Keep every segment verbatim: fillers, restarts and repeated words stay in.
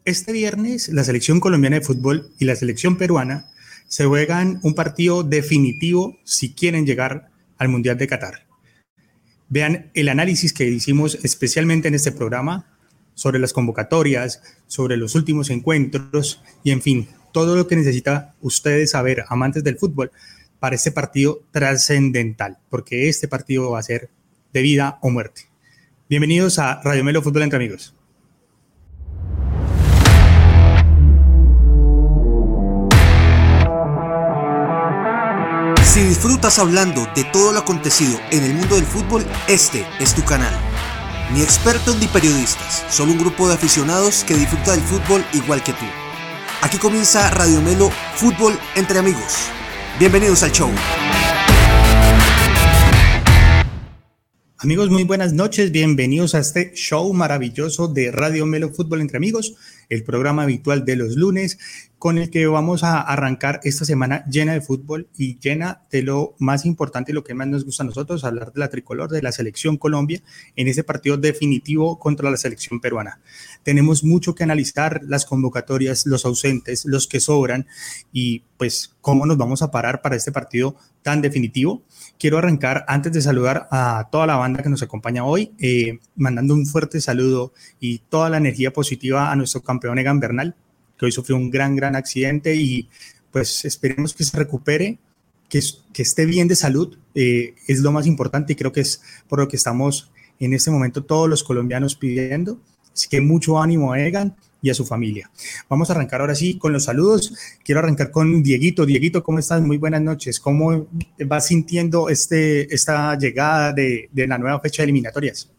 Este viernes la selección colombiana de fútbol y la selección peruana se juegan un partido definitivo si quieren llegar al Mundial de Qatar. Vean el análisis que hicimos especialmente en este programa sobre las convocatorias, sobre los últimos encuentros y en fin, todo lo que necesita ustedes saber, amantes del fútbol, para este partido trascendental, porque este partido va a ser de vida o muerte. Bienvenidos a Radio Melo Fútbol Entre Amigos. Si disfrutas hablando de todo lo acontecido en el mundo del fútbol, este es tu canal. Ni expertos ni periodistas, solo un grupo de aficionados que disfruta del fútbol igual que tú. Aquí comienza Radio Melo Fútbol Entre Amigos. Bienvenidos al show. Amigos, muy buenas noches, bienvenidos a este show maravilloso de Radio Melo Fútbol Entre Amigos, el programa habitual de los lunes, con el que vamos a arrancar esta semana llena de fútbol y llena de lo más importante y lo que más nos gusta a nosotros, hablar de la tricolor, de la selección Colombia, en ese partido definitivo contra la selección peruana. Tenemos mucho que analizar, las convocatorias, los ausentes, los que sobran y pues cómo nos vamos a parar para este partido tan definitivo. Quiero arrancar antes de saludar a toda la banda que nos acompaña hoy, eh, mandando un fuerte saludo y toda la energía positiva a nuestro campeón Egan Bernal, que hoy sufrió un gran, gran accidente y pues esperemos que se recupere, que, que esté bien de salud, eh, es lo más importante y creo que es por lo que estamos en este momento todos los colombianos pidiendo. Así que mucho ánimo a Egan y a su familia. Vamos a arrancar ahora sí con los saludos. Quiero arrancar con Dieguito. Dieguito, ¿cómo estás? Muy buenas noches. ¿Cómo vas sintiendo este, esta llegada de, de la nueva fecha de eliminatorias?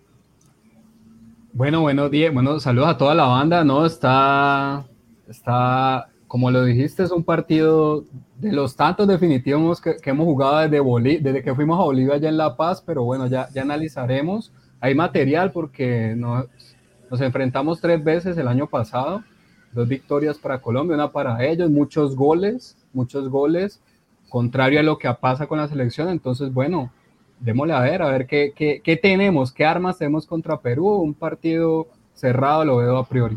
Bueno, buenos días. Bueno, saludos a toda la banda. No, está, está, como lo dijiste, es un partido de los tantos definitivos que, que hemos jugado desde, Bolí- desde que fuimos a Bolivia allá en La Paz, pero bueno, ya, ya analizaremos. Hay material porque no... Nos enfrentamos tres veces el año pasado, dos victorias para Colombia, una para ellos, muchos goles, muchos goles, contrario a lo que pasa con la selección. Entonces, bueno, démosle a ver, a ver qué, qué, qué tenemos, qué armas tenemos contra Perú. Un partido cerrado lo veo a priori.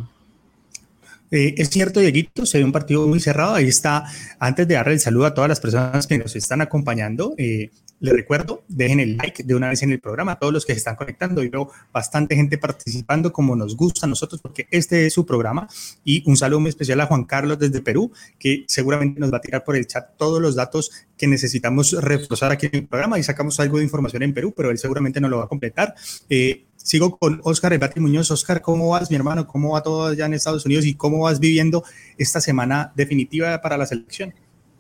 Eh, es cierto, Dieguito, se ve un partido muy cerrado. Ahí está, antes de darle el saludo a todas las personas que nos están acompañando, eh, les recuerdo, dejen el like de una vez en el programa a todos los que se están conectando. Y veo bastante gente participando como nos gusta a nosotros porque este es su programa. Y un saludo muy especial a Juan Carlos desde Perú, que seguramente nos va a tirar por el chat todos los datos que necesitamos reforzar aquí en el programa y sacamos algo de información en Perú, pero él seguramente nos lo va a completar. Eh, Sigo con Oscar El Bati Muñoz. Oscar, ¿cómo vas, mi hermano? ¿Cómo va todo allá en Estados Unidos y cómo vas viviendo esta semana definitiva para la selección?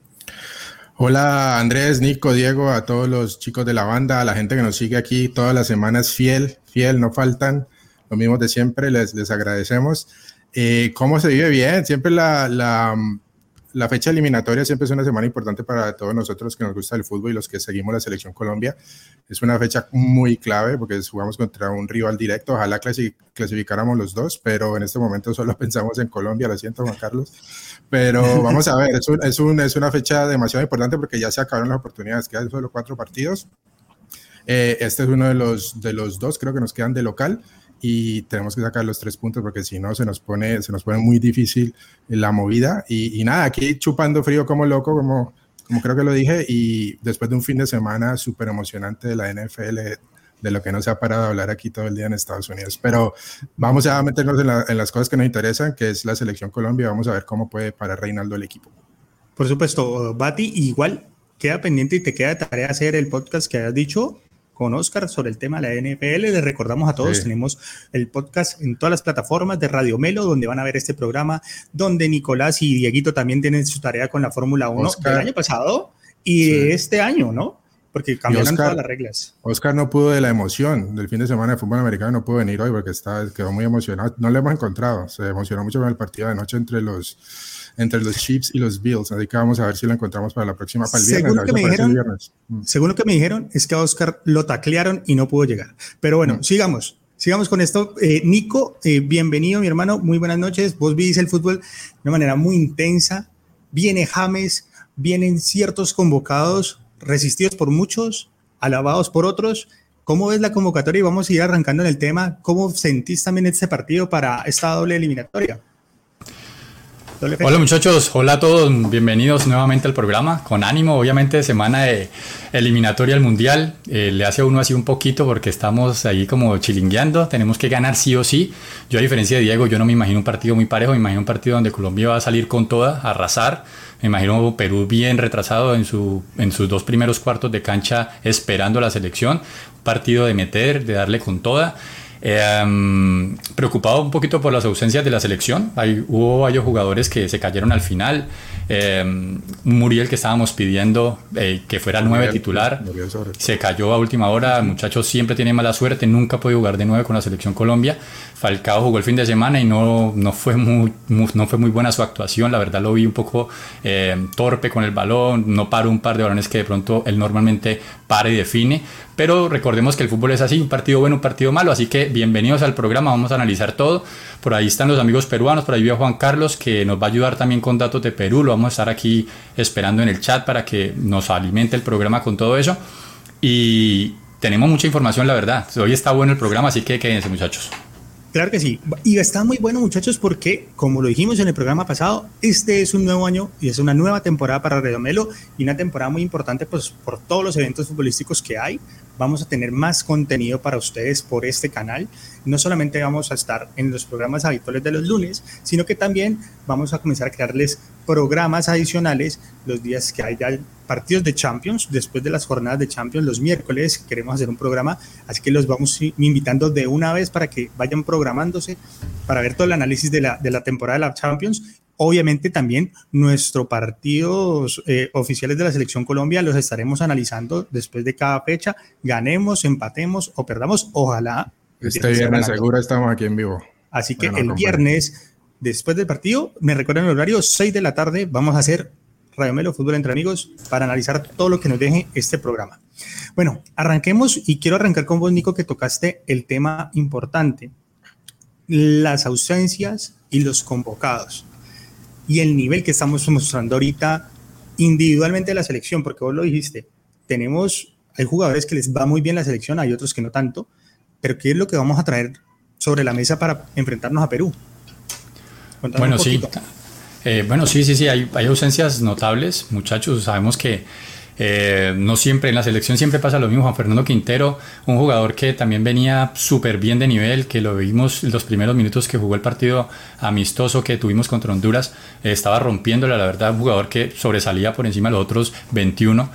Hola Andrés, Nico, Diego, a todos los chicos de la banda, a la gente que nos sigue aquí todas las semanas, fiel, fiel, no faltan, lo mismo de siempre, les, les agradecemos. Eh, ¿Cómo se vive bien? Siempre la, la, la fecha eliminatoria siempre es una semana importante para todos nosotros que nos gusta el fútbol y los que seguimos la selección Colombia. Es una fecha muy clave porque jugamos contra un rival directo, ojalá clasificáramos los dos, pero en este momento solo pensamos en Colombia, lo siento Juan Carlos, pero vamos a ver, es, un, es, un, es una fecha demasiado importante porque ya se acabaron las oportunidades, quedan solo cuatro partidos, eh, este es uno de los, de los dos, creo que nos quedan de local y tenemos que sacar los tres puntos porque si no se nos pone, se nos pone muy difícil la movida y, y nada, aquí chupando frío como loco, como... como creo que lo dije, y después de un fin de semana súper emocionante de la N F L, de lo que no se ha parado de hablar aquí todo el día en Estados Unidos. Pero vamos a meternos en, la, en las cosas que nos interesan, que es la selección Colombia. Vamos a ver cómo puede parar Reinaldo el equipo. Por supuesto, Bati, igual queda pendiente y te queda de tarea hacer el podcast que has dicho con Oscar sobre el tema de la N F L. Les recordamos a todos, sí. Tenemos el podcast en todas las plataformas de Radio Melo, donde van a ver este programa, donde Nicolás y Dieguito también tienen su tarea con la Fórmula uno Oscar, del año pasado y sí. de este año, ¿no? Porque cambiaron Oscar, todas las reglas. Oscar no pudo de la emoción del fin de semana de fútbol americano, no pudo venir hoy porque está, quedó muy emocionado. No lo hemos encontrado, se emocionó mucho con el partido de noche entre los... entre los Chiefs y los Bills, así que vamos a ver si lo encontramos para la próxima, para el viernes. Según, que me dijeron, viernes. según lo que me dijeron, es que a Oscar lo taclearon y no pudo llegar. Pero bueno, mm. sigamos, sigamos con esto. Eh, Nico, eh, bienvenido, mi hermano, muy buenas noches. Vos vivís el fútbol de una manera muy intensa. Viene James, vienen ciertos convocados, resistidos por muchos, alabados por otros. ¿Cómo ves la convocatoria? Y vamos a ir arrancando en el tema. ¿Cómo sentís también este partido para esta doble eliminatoria? Hola muchachos, hola a todos, bienvenidos nuevamente al programa, con ánimo, obviamente semana de eliminatoria al Mundial, eh, le hace a uno así un poquito porque estamos ahí como chilingueando, tenemos que ganar sí o sí. Yo a diferencia de Diego, yo no me imagino un partido muy parejo, me imagino un partido donde Colombia va a salir con toda, a arrasar, me imagino Perú bien retrasado en, su, en sus dos primeros cuartos de cancha esperando a la selección, un partido de meter, de darle con toda. Eh, um, preocupado un poquito por las ausencias de la selección. Hay, hubo varios jugadores que se cayeron al final. Eh, Muriel, que estábamos pidiendo eh, que fuera Muriel, nueve titular, Muriel se cayó a última hora. El muchacho siempre tiene mala suerte, nunca puede jugar de nueve con la selección Colombia. Falcao jugó el fin de semana y no, no, fue, muy, muy, no fue muy buena su actuación. La verdad lo vi un poco eh, torpe con el balón, no paró un par de balones que de pronto él normalmente para y define. Pero recordemos que el fútbol es así, un partido bueno, un partido malo, así que bienvenidos al programa, vamos a analizar todo. Por ahí están los amigos peruanos, por ahí vio Juan Carlos, que nos va a ayudar también con datos de Perú, lo vamos a estar aquí esperando en el chat para que nos alimente el programa con todo eso. Y tenemos mucha información, la verdad, hoy está bueno el programa, así que quédense muchachos. Claro que sí, y está muy bueno muchachos porque, como lo dijimos en el programa pasado, este es un nuevo año y es una nueva temporada para Radio Melo y una temporada muy importante pues por todos los eventos futbolísticos que hay. Vamos a tener más contenido para ustedes por este canal. No solamente vamos a estar en los programas habituales de los lunes, sino que también vamos a comenzar a crearles programas adicionales los días que haya partidos de Champions, después de las jornadas de Champions, los miércoles queremos hacer un programa, así que los vamos invitando de una vez para que vayan programándose, para ver todo el análisis de la, de la temporada de la Champions. Obviamente también nuestros partidos eh, oficiales de la Selección Colombia los estaremos analizando después de cada fecha, ganemos, empatemos o perdamos, ojalá. Este viernes seguro estamos aquí en vivo. Así que bueno, el viernes, después del partido, me recuerdan el horario, seis de la tarde, vamos a hacer Radio Melo Fútbol Entre Amigos para analizar todo lo que nos deje este programa. Bueno, arranquemos y quiero arrancar con vos, Nico, que tocaste el tema importante, las ausencias y los convocados. Y el nivel que estamos mostrando ahorita individualmente de la selección, porque vos lo dijiste, tenemos, hay jugadores que les va muy bien la selección, hay otros que no tanto, pero ¿qué es lo que vamos a traer sobre la mesa para enfrentarnos a Perú? Cuéntanos bueno, sí, eh, bueno, sí, sí, sí, hay, hay ausencias notables, muchachos, sabemos que Eh, no siempre, en la selección siempre pasa lo mismo. Juan Fernando Quintero, un jugador que también venía súper bien de nivel, que lo vimos los primeros minutos que jugó el partido amistoso que tuvimos contra Honduras, eh, estaba rompiéndola, la verdad, un jugador que sobresalía por encima de los otros veintiuno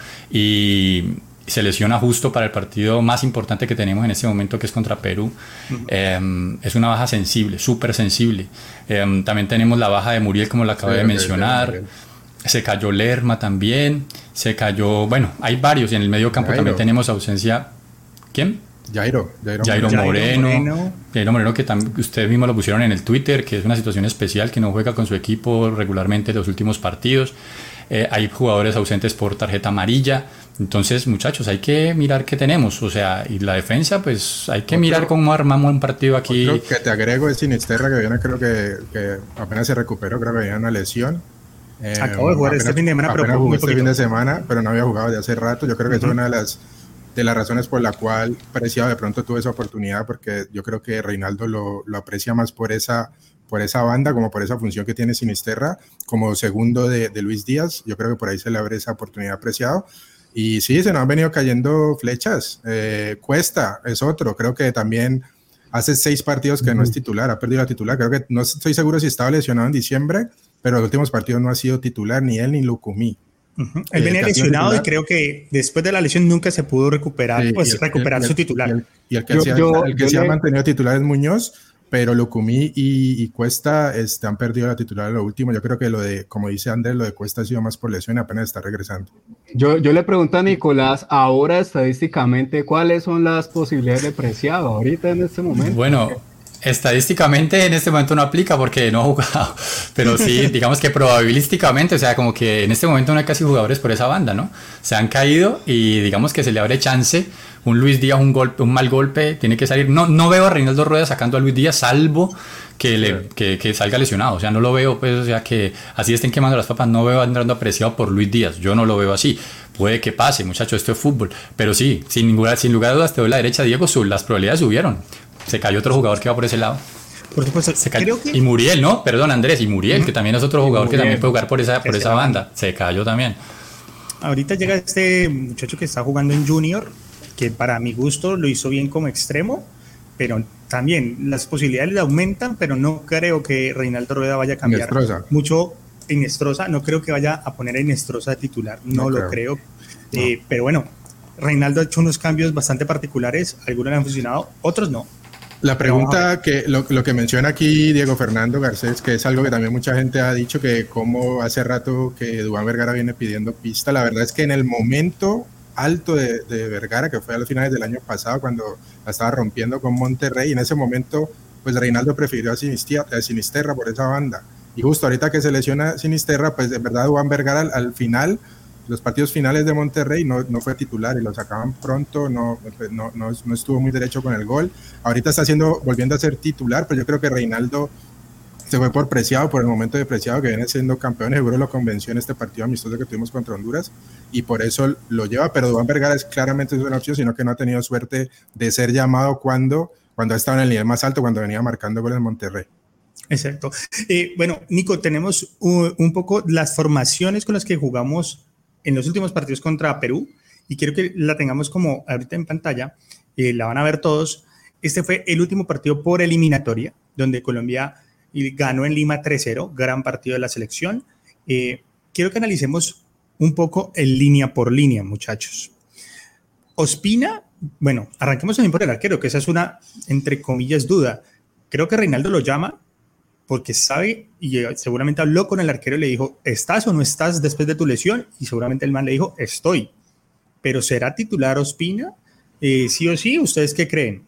y se lesiona justo para el partido más importante que tenemos en este momento, que es contra Perú. Uh-huh. eh, es una baja sensible, súper sensible. Eh, también tenemos la baja de Muriel, como la acabé sí, de mencionar. Okay, se cayó Lerma también, se cayó, bueno, hay varios, y en el medio campo Jairo. También tenemos ausencia. ¿Quién? Jairo, Jairo, Jairo Moreno, Moreno. Jairo Moreno, que tam- ustedes mismos lo pusieron en el Twitter, que es una situación especial, que no juega con su equipo regularmente en los últimos partidos. Eh, hay jugadores ausentes por tarjeta amarilla. Entonces, muchachos, hay que mirar qué tenemos. O sea, y la defensa, pues hay que otro, mirar cómo armamos un partido aquí. Otro que te agrego es Sinisterra, que viene, creo que, que apenas se recuperó, creo que había una lesión. Eh, Acabo de jugar apenas, este fin de semana, pero jugó este fin de semana, pero no había jugado desde hace rato. Yo creo que uh-huh. es una de las de las razones por la cual Preciado de pronto tuvo esa oportunidad, porque yo creo que Reinaldo lo, lo aprecia más por esa, por esa banda, como por esa función que tiene Sinisterra, como segundo de, de Luis Díaz. Yo creo que por ahí se le abre esa oportunidad a Preciado. Y sí, se nos han venido cayendo flechas. Eh, Cuesta es otro, creo que también hace seis partidos que uh-huh. no es titular, ha perdido la titular. Creo que no estoy seguro si estaba lesionado en diciembre, pero los últimos partidos no ha sido titular ni él ni Lucumí. Uh-huh. Él venía lesionado y creo que después de la lesión nunca se pudo recuperar, sí, pues el, recuperar el, su titular. Y el, y el que, yo, se, ha, yo, el que se le... ha mantenido titular es Muñoz, pero Lucumí y, y Cuesta este, han perdido la titular en lo último. Yo creo que lo de, como dice Andrés, lo de Cuesta ha sido más por lesión y apenas está regresando. Yo, yo le pregunto a Nicolás, ahora estadísticamente, ¿cuáles son las posibilidades de Preciado ahorita en este momento? Bueno, estadísticamente en este momento no aplica porque no ha jugado, pero sí, digamos que probabilísticamente, o sea, como que en este momento no hay casi jugadores por esa banda, ¿no? Se han caído y digamos que se le abre chance. Un Luis Díaz, un golpe, un mal golpe, tiene que salir. No, no veo a Reinaldo Rueda sacando a Luis Díaz, salvo que, le, que, que salga lesionado. O sea, no lo veo, pues, o sea, que así estén quemando las papas, no veo a Andrés Preciado por Luis Díaz. Yo no lo veo así. Puede que pase, muchachos, esto es fútbol. Pero sí, sin, ninguna, sin lugar a dudas, te doy la derecha, Diego, las probabilidades subieron. Se cayó otro jugador que va por ese lado. Por supuesto, se cayó. Creo que... Y Muriel, ¿no? Perdón, Andrés, y Muriel, uh-huh. que también es otro jugador Muriel, que también puede jugar por esa, por esa banda. banda. Se cayó también. Ahorita llega este muchacho que está jugando en Junior, que para mi gusto lo hizo bien como extremo, pero también las posibilidades le aumentan, pero no creo que Reinaldo Rueda vaya a cambiar Inestrosa. mucho. Inestrosa, no creo que vaya a poner a Inestrosa de titular, no, no lo creo. creo. No. Eh, pero bueno, Reinaldo ha hecho unos cambios bastante particulares, algunos le han funcionado, otros no. La pregunta que lo, lo que menciona aquí Diego Fernando Garcés, que es algo que también mucha gente ha dicho, que como hace rato que Duván Vergara viene pidiendo pista, la verdad es que en el momento alto de, de Vergara, que fue a los finales del año pasado cuando la estaba rompiendo con Monterrey, en ese momento pues Reinaldo prefirió a Sinisterra, a Sinisterra por esa banda, y justo ahorita que se lesiona Sinisterra, pues de verdad Duván Vergara al, al final, los partidos finales de Monterrey no, no fue titular y lo sacaban pronto, no, no, no, no estuvo muy derecho con el gol. Ahorita está haciendo, volviendo a ser titular, pero yo creo que Reinaldo se fue por preciado, por el momento de preciado, que viene siendo campeón, seguro lo convenció en este partido amistoso que tuvimos contra Honduras y por eso lo lleva, pero Duván Vergara es claramente una opción, sino que no ha tenido suerte de ser llamado cuando, cuando ha estado en el nivel más alto, cuando venía marcando goles en Monterrey. Exacto. Eh, bueno, Nico, tenemos un, un poco las formaciones con las que jugamos en los últimos partidos contra Perú, y quiero que la tengamos como ahorita en pantalla, eh, la van a ver todos. Este fue el último partido por eliminatoria, donde Colombia ganó en Lima tres cero, gran partido de la selección. Eh, quiero que analicemos un poco en línea por línea, muchachos. Ospina, bueno, arranquemos también por el arquero, que esa es una, entre comillas, duda. Creo que Reinaldo lo llama porque sabe y seguramente habló con el arquero y le dijo, ¿estás o no estás después de tu lesión? Y seguramente el man le dijo, estoy. Pero ¿será titular Ospina? Eh, ¿Sí o sí? ¿Ustedes qué creen?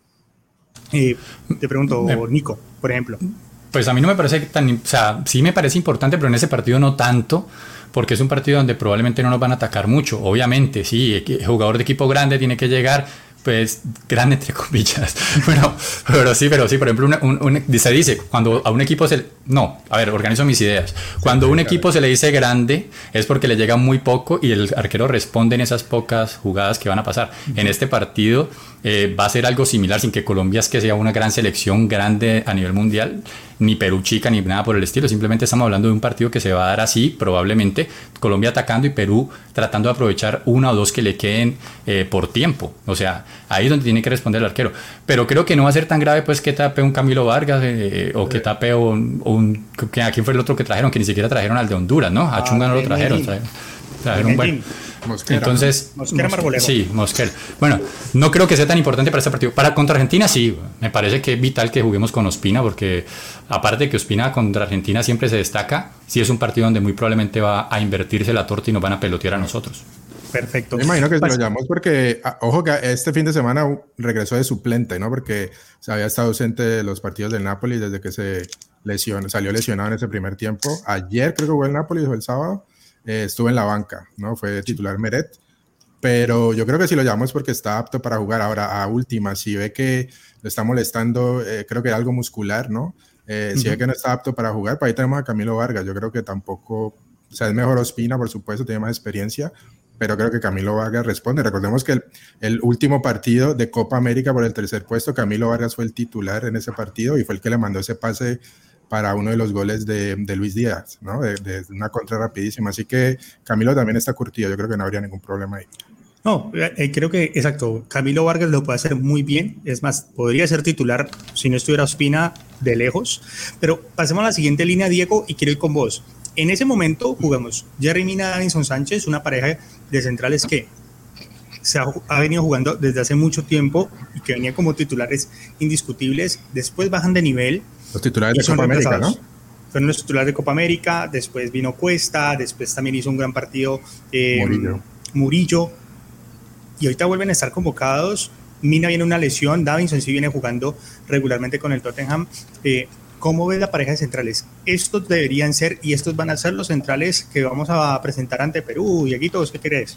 Eh, te pregunto, Nico, por ejemplo. Pues a mí no me parece tan... O sea, sí me parece importante, pero en ese partido no tanto, porque es un partido donde probablemente no nos van a atacar mucho. Obviamente, sí, el jugador de equipo grande tiene que llegar... pues grande entre comillas, bueno, pero sí, pero sí, por ejemplo, un, un, un, se dice, cuando a un equipo se, no, a ver, organizo mis ideas, cuando a un equipo se le dice grande es porque le llega muy poco y el arquero responde en esas pocas jugadas que van a pasar. Uh-huh. En este partido eh, va a ser algo similar, sin que Colombia es que sea una gran selección grande a nivel mundial, ni Perú chica, ni nada por el estilo, simplemente estamos hablando de un partido que se va a dar así, probablemente, Colombia atacando y Perú tratando de aprovechar una o dos que le queden eh, por tiempo, o sea, ahí es donde tiene que responder el arquero, pero creo que no va a ser tan grave pues que tape un Camilo Vargas eh, o que tape un, un que, ¿a quién fue el otro que trajeron? Que ni siquiera trajeron al de Honduras, ¿no? A Chunga no lo trajeron, trajeron, trajeron un buen... Mosquera. Entonces, Mosquera Marbolero. Sí, Mosquera. Bueno, no creo que sea tan importante para este partido. Para contra Argentina sí, me parece que es vital que juguemos con Ospina, porque aparte de que Ospina contra Argentina siempre se destaca, sí es un partido donde muy probablemente va a invertirse la torta y nos van a pelotear a nosotros. Perfecto. Me imagino que lo llamamos porque, ojo, que este fin de semana regresó de suplente, ¿no? Porque se había estado ausente de los partidos del Napoli desde que se lesionó, salió lesionado en ese primer tiempo. Ayer creo que fue el Napoli, o el sábado, eh, estuvo en la banca, ¿no? Fue titular Meret. Pero yo creo que si lo llamamos porque está apto para jugar. Ahora, a última, si ve que lo está molestando, eh, creo que era algo muscular, ¿no? Eh, si uh-huh. ve que no está apto para jugar, pues ahí tenemos a Camilo Vargas. Yo creo que tampoco, o sea, es mejor Ospina, por supuesto, tiene más experiencia, pero creo que Camilo Vargas responde. Recordemos que el, el último partido de Copa América por el tercer puesto, Camilo Vargas fue el titular en ese partido y fue el que le mandó ese pase para uno de los goles de, de Luis Díaz, ¿no? De, de una contra rapidísima. Así que Camilo también está curtido, yo creo que no habría ningún problema ahí. No, eh, creo que, exacto, Camilo Vargas lo puede hacer muy bien, es más, podría ser titular si no estuviera Ospina de lejos, pero pasemos a la siguiente línea, Diego, y quiero ir con vos. En ese momento jugamos Jerry Mina, Davinson Sánchez, una pareja de centrales que se ha, ha venido jugando desde hace mucho tiempo y que venía como titulares indiscutibles, después bajan de nivel. Los titulares de Copa América, ¿no? Fueron los titulares de Copa América, después vino Cuesta, después también hizo un gran partido eh, Murillo. Murillo, y ahorita vuelven a estar convocados. Mina viene una lesión, Davinson sí viene jugando regularmente con el Tottenham. Eh, ¿Cómo ves la pareja de centrales? Estos deberían ser, y estos van a ser los centrales que vamos a presentar ante Perú. Dieguito, ¿qué crees?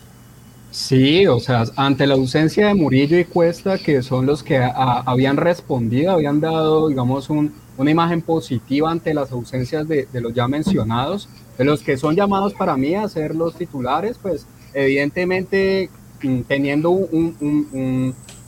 Sí, o sea, ante la ausencia de Murillo y Cuesta, que son los que a, habían respondido, habían dado, digamos, un, una imagen positiva ante las ausencias de, de los ya mencionados, de los que son llamados para mí a ser los titulares, pues evidentemente teniendo un, un, un,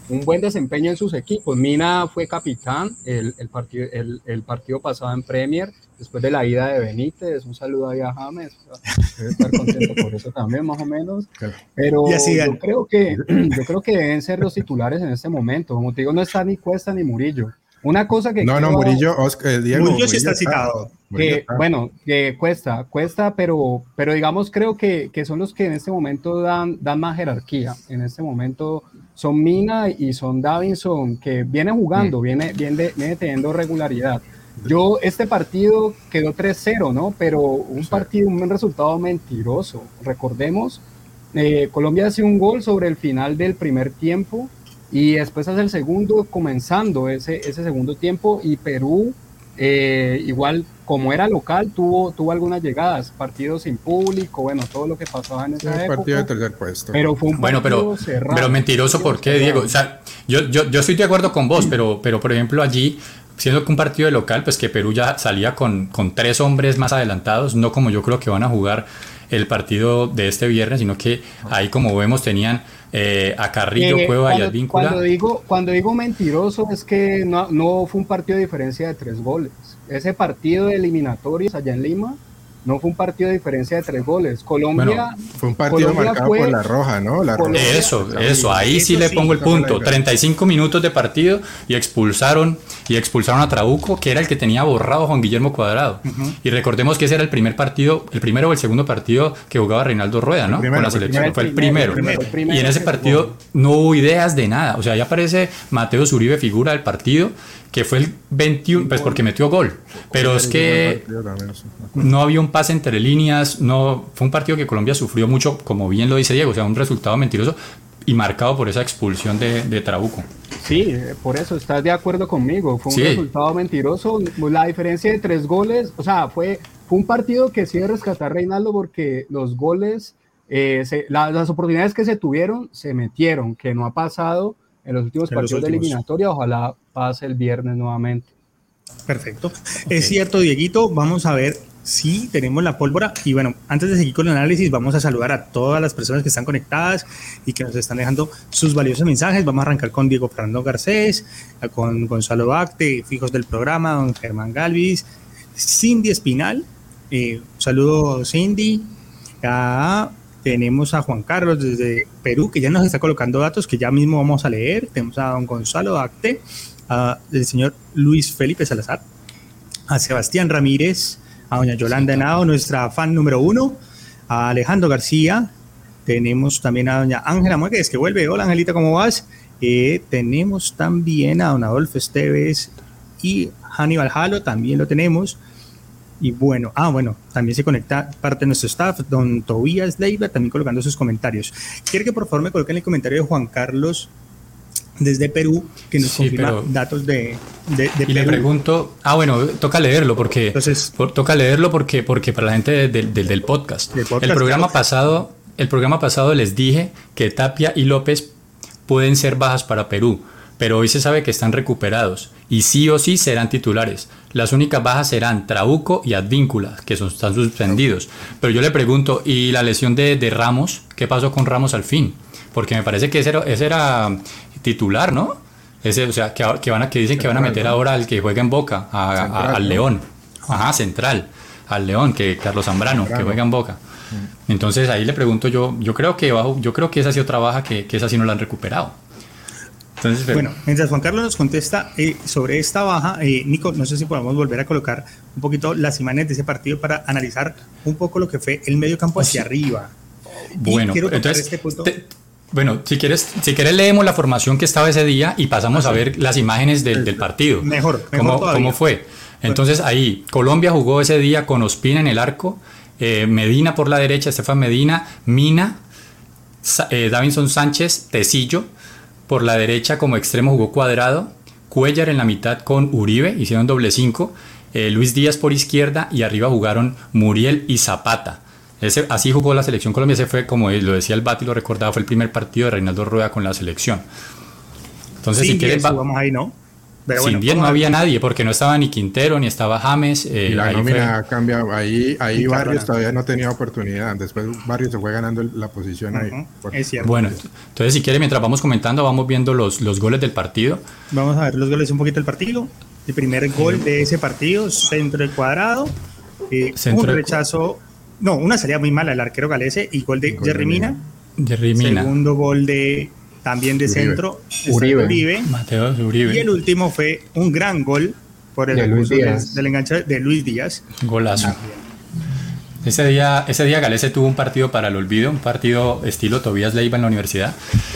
un buen desempeño en sus equipos. Mina fue capitán el, el, partido, el, el partido pasado en Premier, después de la ida de Benítez. Un saludo ahí a James, debe estar contento por eso también, más o menos. Pero yo creo, que, yo creo que deben ser los titulares en este momento. Como te digo, no está ni Cuesta ni Murillo. Una cosa que... No, creo, no, Murillo, Oscar, Diego. Murillo, Murillo sí está citado. Que, bueno, que cuesta, cuesta, pero, pero digamos creo que, que son los que en este momento dan, dan más jerarquía. En este momento son Mina y son Davinson, que viene jugando, mm. viene, viene, viene teniendo regularidad. Yo, este partido quedó tres cero, ¿no? Pero un partido, un resultado mentiroso. Recordemos, eh, Colombia hace un gol sobre el final del primer tiempo y después hace el segundo comenzando ese, ese segundo tiempo, y Perú, eh, igual como era local, tuvo, tuvo algunas llegadas, partidos sin público, bueno, todo lo que pasaba en esa sí, época. Partido de tercer puesto. Pero fue un bueno, pero, cerrado, pero mentiroso, ¿por qué, Diego? O sea, yo, yo, yo estoy de acuerdo con vos, pero, pero por ejemplo allí, siendo que un partido de local, pues que Perú ya salía con, con tres hombres más adelantados, no como yo creo que van a jugar el partido de este viernes, sino que ahí, como vemos, tenían eh, a Carrillo, eh, Cueva cuando, y Advíncula. Cuando digo, cuando digo mentiroso es que no, no fue un partido de diferencia de tres goles. Ese partido de eliminatorios allá en Lima no fue un partido de diferencia de tres goles. Colombia... Bueno, fue un partido Colombia marcado fue, por la roja, ¿no? La roja. Eso, eso, ahí sí, sí le pongo sí, el punto. treinta y cinco minutos de partido y expulsaron y expulsaron a Trabuco, que era el que tenía borrado Juan Guillermo Cuadrado. Uh-huh. Y recordemos que ese era el primer partido, el primero o el segundo partido que jugaba Reinaldo Rueda, ¿no? Primero, Con la selección. El fue el primero. El primero. El primero. Y en ese partido no hubo ideas de nada. O sea, ya aparece Mateo Zuribe, figura del partido, que fue el veintiuno, pues porque metió gol. Pero es que no había un pase entre líneas, no, fue un partido que Colombia sufrió mucho, como bien lo dice Diego, o sea, un resultado mentiroso y marcado por esa expulsión de, de Trabuco. Sí, por eso, estás de acuerdo conmigo, fue un sí. resultado mentiroso, la diferencia de tres goles, o sea, fue, fue un partido que sí de rescatar Reinaldo, porque los goles, eh, se, la, las oportunidades que se tuvieron, se metieron, que no ha pasado en los últimos en partidos los últimos. de eliminatoria, ojalá pase el viernes nuevamente. Perfecto, okay. Es cierto, Dieguito, vamos a ver si tenemos la pólvora. Y bueno, antes de seguir con el análisis, vamos a saludar a todas las personas que están conectadas y que nos están dejando sus valiosos mensajes. Vamos a arrancar con Diego Fernando Garcés, con Gonzalo Bacte, fijos del programa, don Germán Galvis, Cindy Espinal, eh, un saludo Cindy. Ah, tenemos a Juan Carlos desde Perú, que ya nos está colocando datos que ya mismo vamos a leer. Tenemos a don Gonzalo Bacte, a el señor Luis Felipe Salazar, a Sebastián Ramírez, a doña Yolanda Henao, nuestra fan número uno, a Alejandro García, tenemos también a doña Ángela Muegues, que vuelve. Hola Angelita, ¿cómo vas? Eh, tenemos también a don Adolfo Esteves y Hannibal Jalo, también lo tenemos. Y bueno, ah bueno, también se conecta parte de nuestro staff, don Tobías Leiva, también colocando sus comentarios. Quiero que por favor me coloquen el comentario de Juan Carlos desde Perú, que nos sí, confirma pero, datos de, de, de y Perú. Le pregunto, ah bueno, toca leerlo porque Entonces, por, toca leerlo porque porque para la gente de, de, de, del podcast, podcast el programa claro. pasado el programa pasado les dije que Tapia y López pueden ser bajas para Perú, pero hoy se sabe que están recuperados y sí o sí serán titulares. Las únicas bajas serán Trabuco y Advíncula, que son, están suspendidos. Pero yo le pregunto, ¿y la lesión de, de Ramos? ¿Qué pasó con Ramos al fin? Porque me parece que ese era, ese era titular, ¿no? Ese, o sea, que, que, van a, que dicen central, que van a meter ¿no? ahora al que juega en Boca, a, central, a, al ¿no? León. Ajá, central. Al León, que Carlos Zambrano, Zambrano, que juega en Boca. Entonces ahí le pregunto yo, yo creo que bajo, yo creo que esa ha sido otra baja que, que esa sí no la han recuperado. Entonces, pero... Bueno, mientras Juan Carlos nos contesta eh, sobre esta baja, eh, Nico, no sé si podemos volver a colocar un poquito las imágenes de ese partido para analizar un poco lo que fue el medio campo hacia sí. arriba. Bueno, entonces, este punto... te, bueno, si quieres, si quieres leemos la formación que estaba ese día y pasamos ah, a ver las imágenes del, del partido. Mejor, mejor cómo, todavía. ¿Cómo fue? Entonces bueno. Ahí, Colombia jugó ese día con Ospina en el arco, eh, Medina por la derecha, Estefan Medina, Mina, eh, Davinson Sánchez, Tecillo. Por la derecha como extremo jugó Cuadrado, Cuellar en la mitad con Uribe, hicieron doble cinco, eh, Luis Díaz por izquierda y arriba jugaron Muriel y Zapata. Ese, así jugó la selección Colombia, ese fue, como lo decía el Bati, lo recordaba, fue el primer partido de Reinaldo Rueda con la selección. Entonces, sí, si quieres, va, vamos ahí, ¿no? Pero sin bueno, diez no había nadie, porque no estaba ni Quintero, ni estaba James. Eh, y la nómina fue... cambia, ahí, ahí Barrios todavía no tenía oportunidad, después Barrios se fue ganando la posición uh-huh. ahí. Por... Es cierto. Bueno, entonces si quiere, mientras vamos comentando, vamos viendo los, los goles del partido. Vamos a ver los goles un poquito del partido. El primer gol de ese partido, centro del cuadrado, eh, un rechazo, no, una salida muy mala del arquero galese y gol de gol Jerry Mina. Jerry Mina. Segundo gol de también de Uribe. centro, Uribe. Uribe. Mateo Uribe. Y el último fue un gran gol por el de Luis del, del enganche de Luis Díaz. Golazo. Ese día, ese día Galese tuvo un partido para el olvido, un partido estilo Tobías Leiva en la universidad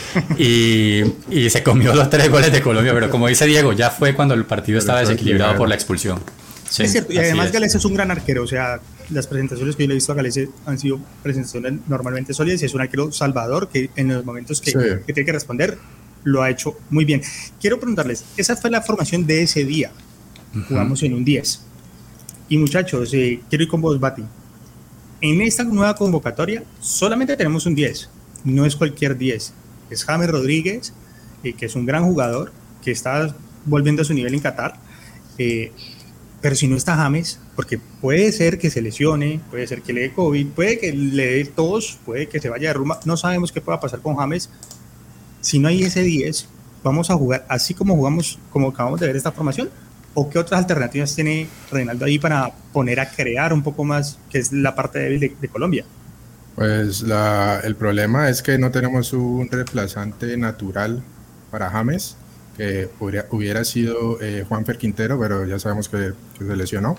y, y se comió los tres goles de Colombia, pero como dice Diego, ya fue cuando el partido estaba desequilibrado por la expulsión. Sí, es cierto, y además es. Galese es un gran arquero, o sea, las presentaciones que yo le he visto a Galese han sido presentaciones normalmente sólidas y es un arquero salvador que en los momentos que, sí. que tiene que responder lo ha hecho muy bien. Quiero preguntarles, esa fue la formación de ese día, uh-huh. jugamos en un diez y muchachos, eh, quiero ir con vos, Bati. En esta nueva convocatoria solamente tenemos un diez, no es cualquier diez, es James Rodríguez, eh, que es un gran jugador, que está volviendo a su nivel en Qatar, eh, pero si no está James, porque puede ser que se lesione, puede ser que le dé COVID, puede que le dé tos, puede que se vaya de rumba, no sabemos qué pueda pasar con James. Si no hay ese diez, vamos a jugar así como jugamos, como acabamos de ver esta formación, o qué otras alternativas tiene Reinaldo ahí para poner a crear un poco más, que es la parte débil de, de Colombia. Pues la, el problema es que no tenemos un reemplazante natural para James, que hubiera, hubiera sido eh, Juanfer Quintero, pero ya sabemos que, que se lesionó.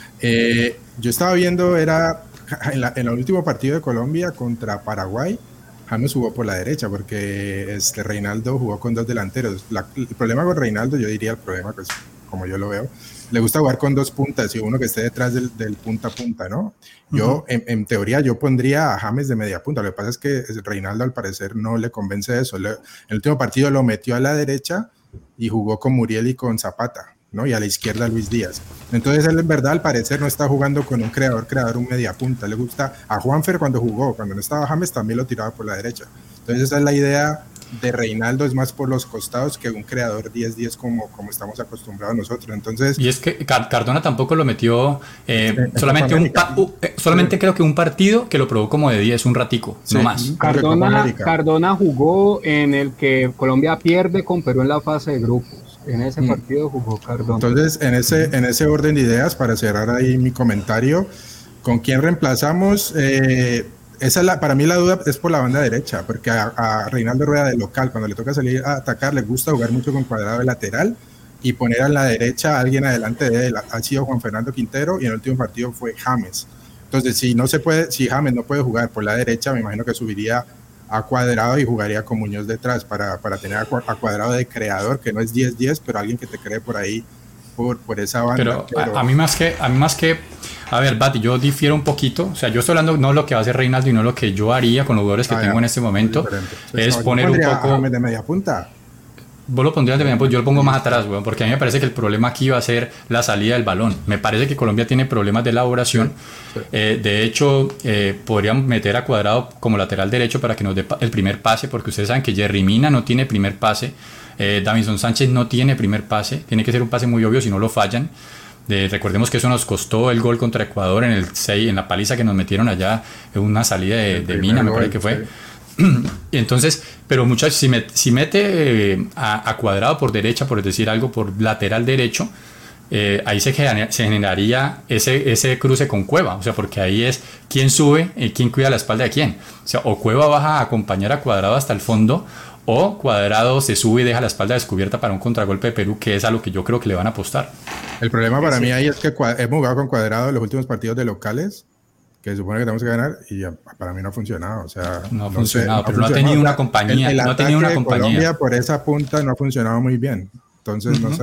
Eh, yo estaba viendo, era en, la, en el último partido de Colombia contra Paraguay, James jugó por la derecha, porque este Reinaldo jugó con dos delanteros. La, el problema con Reinaldo, yo diría el problema, pues, como yo lo veo, le gusta jugar con dos puntas y uno que esté detrás del, del punta a punta, ¿no? Yo, uh-huh. en, en teoría, yo pondría a James de media punta. Lo que pasa es que Reinaldo, al parecer, no le convence eso. Le, en el último partido lo metió a la derecha y jugó con Muriel y con Zapata, ¿no? Y a la izquierda Luis Díaz. Entonces él en verdad al parecer no está jugando con un creador, creador, un media punta. Le gusta a Juanfer cuando jugó, cuando no estaba James también lo tiraba por la derecha. Entonces esa es la idea de Reinaldo, es más por los costados que un creador diez diez como, como estamos acostumbrados nosotros. Entonces, y es que Cardona tampoco lo metió eh, solamente un pa, uh, eh, solamente sí. creo que un partido que lo probó como de diez, un ratico, sí. no más. Cardona, Cardona jugó en el que Colombia pierde con Perú en la fase de grupos. En ese mm. partido jugó Cardona. Entonces, en ese, en ese orden de ideas, para cerrar ahí mi comentario, ¿con quién reemplazamos? Eh, Esa es la, para mí la duda es por la banda derecha, porque a, a Reinaldo Rueda de local, cuando le toca salir a atacar, le gusta jugar mucho con Cuadrado de lateral y poner a la derecha a alguien adelante de él. Ha sido Juan Fernando Quintero y en el último partido fue James. Entonces, si no se puede, si James no puede jugar por la derecha, me imagino que subiría a Cuadrado y jugaría con Muñoz detrás para, para tener a, a Cuadrado de creador, que no es diez diez, pero alguien que te cree por ahí, por, por esa banda. Pero, pero... A, a mí más que, a mí más que A ver, Bati, yo difiero un poquito, o sea, yo estoy hablando no lo que va a hacer Reinaldo y no lo que yo haría con los jugadores que ah, tengo ya, en este momento, es no, poner un poco... de media punta. Vos lo pondrías de media punta, yo lo pongo más atrás, weón, porque a mí me parece que el problema aquí va a ser la salida del balón. Me parece que Colombia tiene problemas de elaboración, sí, sí. Eh, de hecho, eh, podrían meter a Cuadrado como lateral derecho para que nos dé el primer pase, porque ustedes saben que Jerry Mina no tiene primer pase, eh, Davinson Sánchez no tiene primer pase, tiene que ser un pase muy obvio, si no lo fallan. De, recordemos que eso nos costó el gol contra Ecuador en el seis, en la paliza que nos metieron allá, en una salida de, de Mina, me parece que fue. Sí. Y entonces, pero muchachos, si, met, si mete eh, a, a Cuadrado por derecha, por decir algo, por lateral derecho, eh, ahí se, genera, se generaría ese, ese cruce con Cueva, o sea, porque ahí es quién sube y quién cuida la espalda de quién. O sea, o Cueva baja a acompañar a Cuadrado hasta el fondo, o Cuadrado se sube y deja la espalda descubierta para un contragolpe de Perú, que es a lo que yo creo que le van a apostar. El problema para sí. mí ahí es que hemos jugado con Cuadrado en los últimos partidos de locales, que se supone que tenemos que ganar, y para mí no ha funcionado. O sea, no ha funcionado, no pero no ha tenido una compañía. El, el no ha tenido una compañía. Colombia por esa punta no ha funcionado muy bien. Entonces, uh-huh. no sé.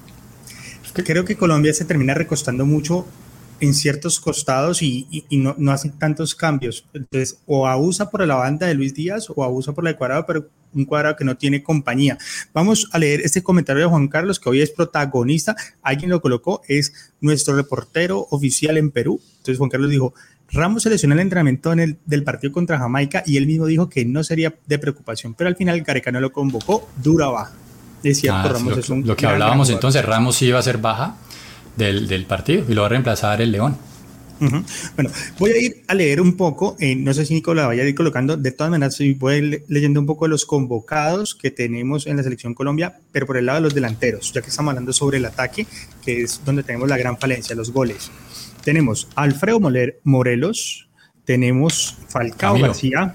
Creo que Colombia se termina recostando mucho en ciertos costados y, y, y no, no hacen tantos cambios. Entonces, o abusa por la banda de Luis Díaz o abusa por la de Cuadrado, pero un Cuadrado que no tiene compañía. Vamos a leer este comentario de Juan Carlos, que hoy es protagonista. Alguien lo colocó, es nuestro reportero oficial en Perú. Entonces, Juan Carlos dijo: Ramos se lesionó en el entrenamiento en el, del partido contra Jamaica y él mismo dijo que no sería de preocupación, pero al final Gareca no lo convocó, dura baja. Es cierto, Ah, Ramos lo, es un lo que gran, hablábamos gran entonces, Ramos sí iba a ser baja del, del partido y lo va a reemplazar el León. Uh-huh. Bueno, voy a ir a leer un poco, eh, no sé si Nico la vaya a ir colocando, de todas maneras voy a ir le- leyendo un poco de los convocados que tenemos en la Selección Colombia, pero por el lado de los delanteros, ya que estamos hablando sobre el ataque, que es donde tenemos la gran falencia, los goles. Tenemos a Alfredo Moler- Morelos, tenemos Falcao Camilo. García,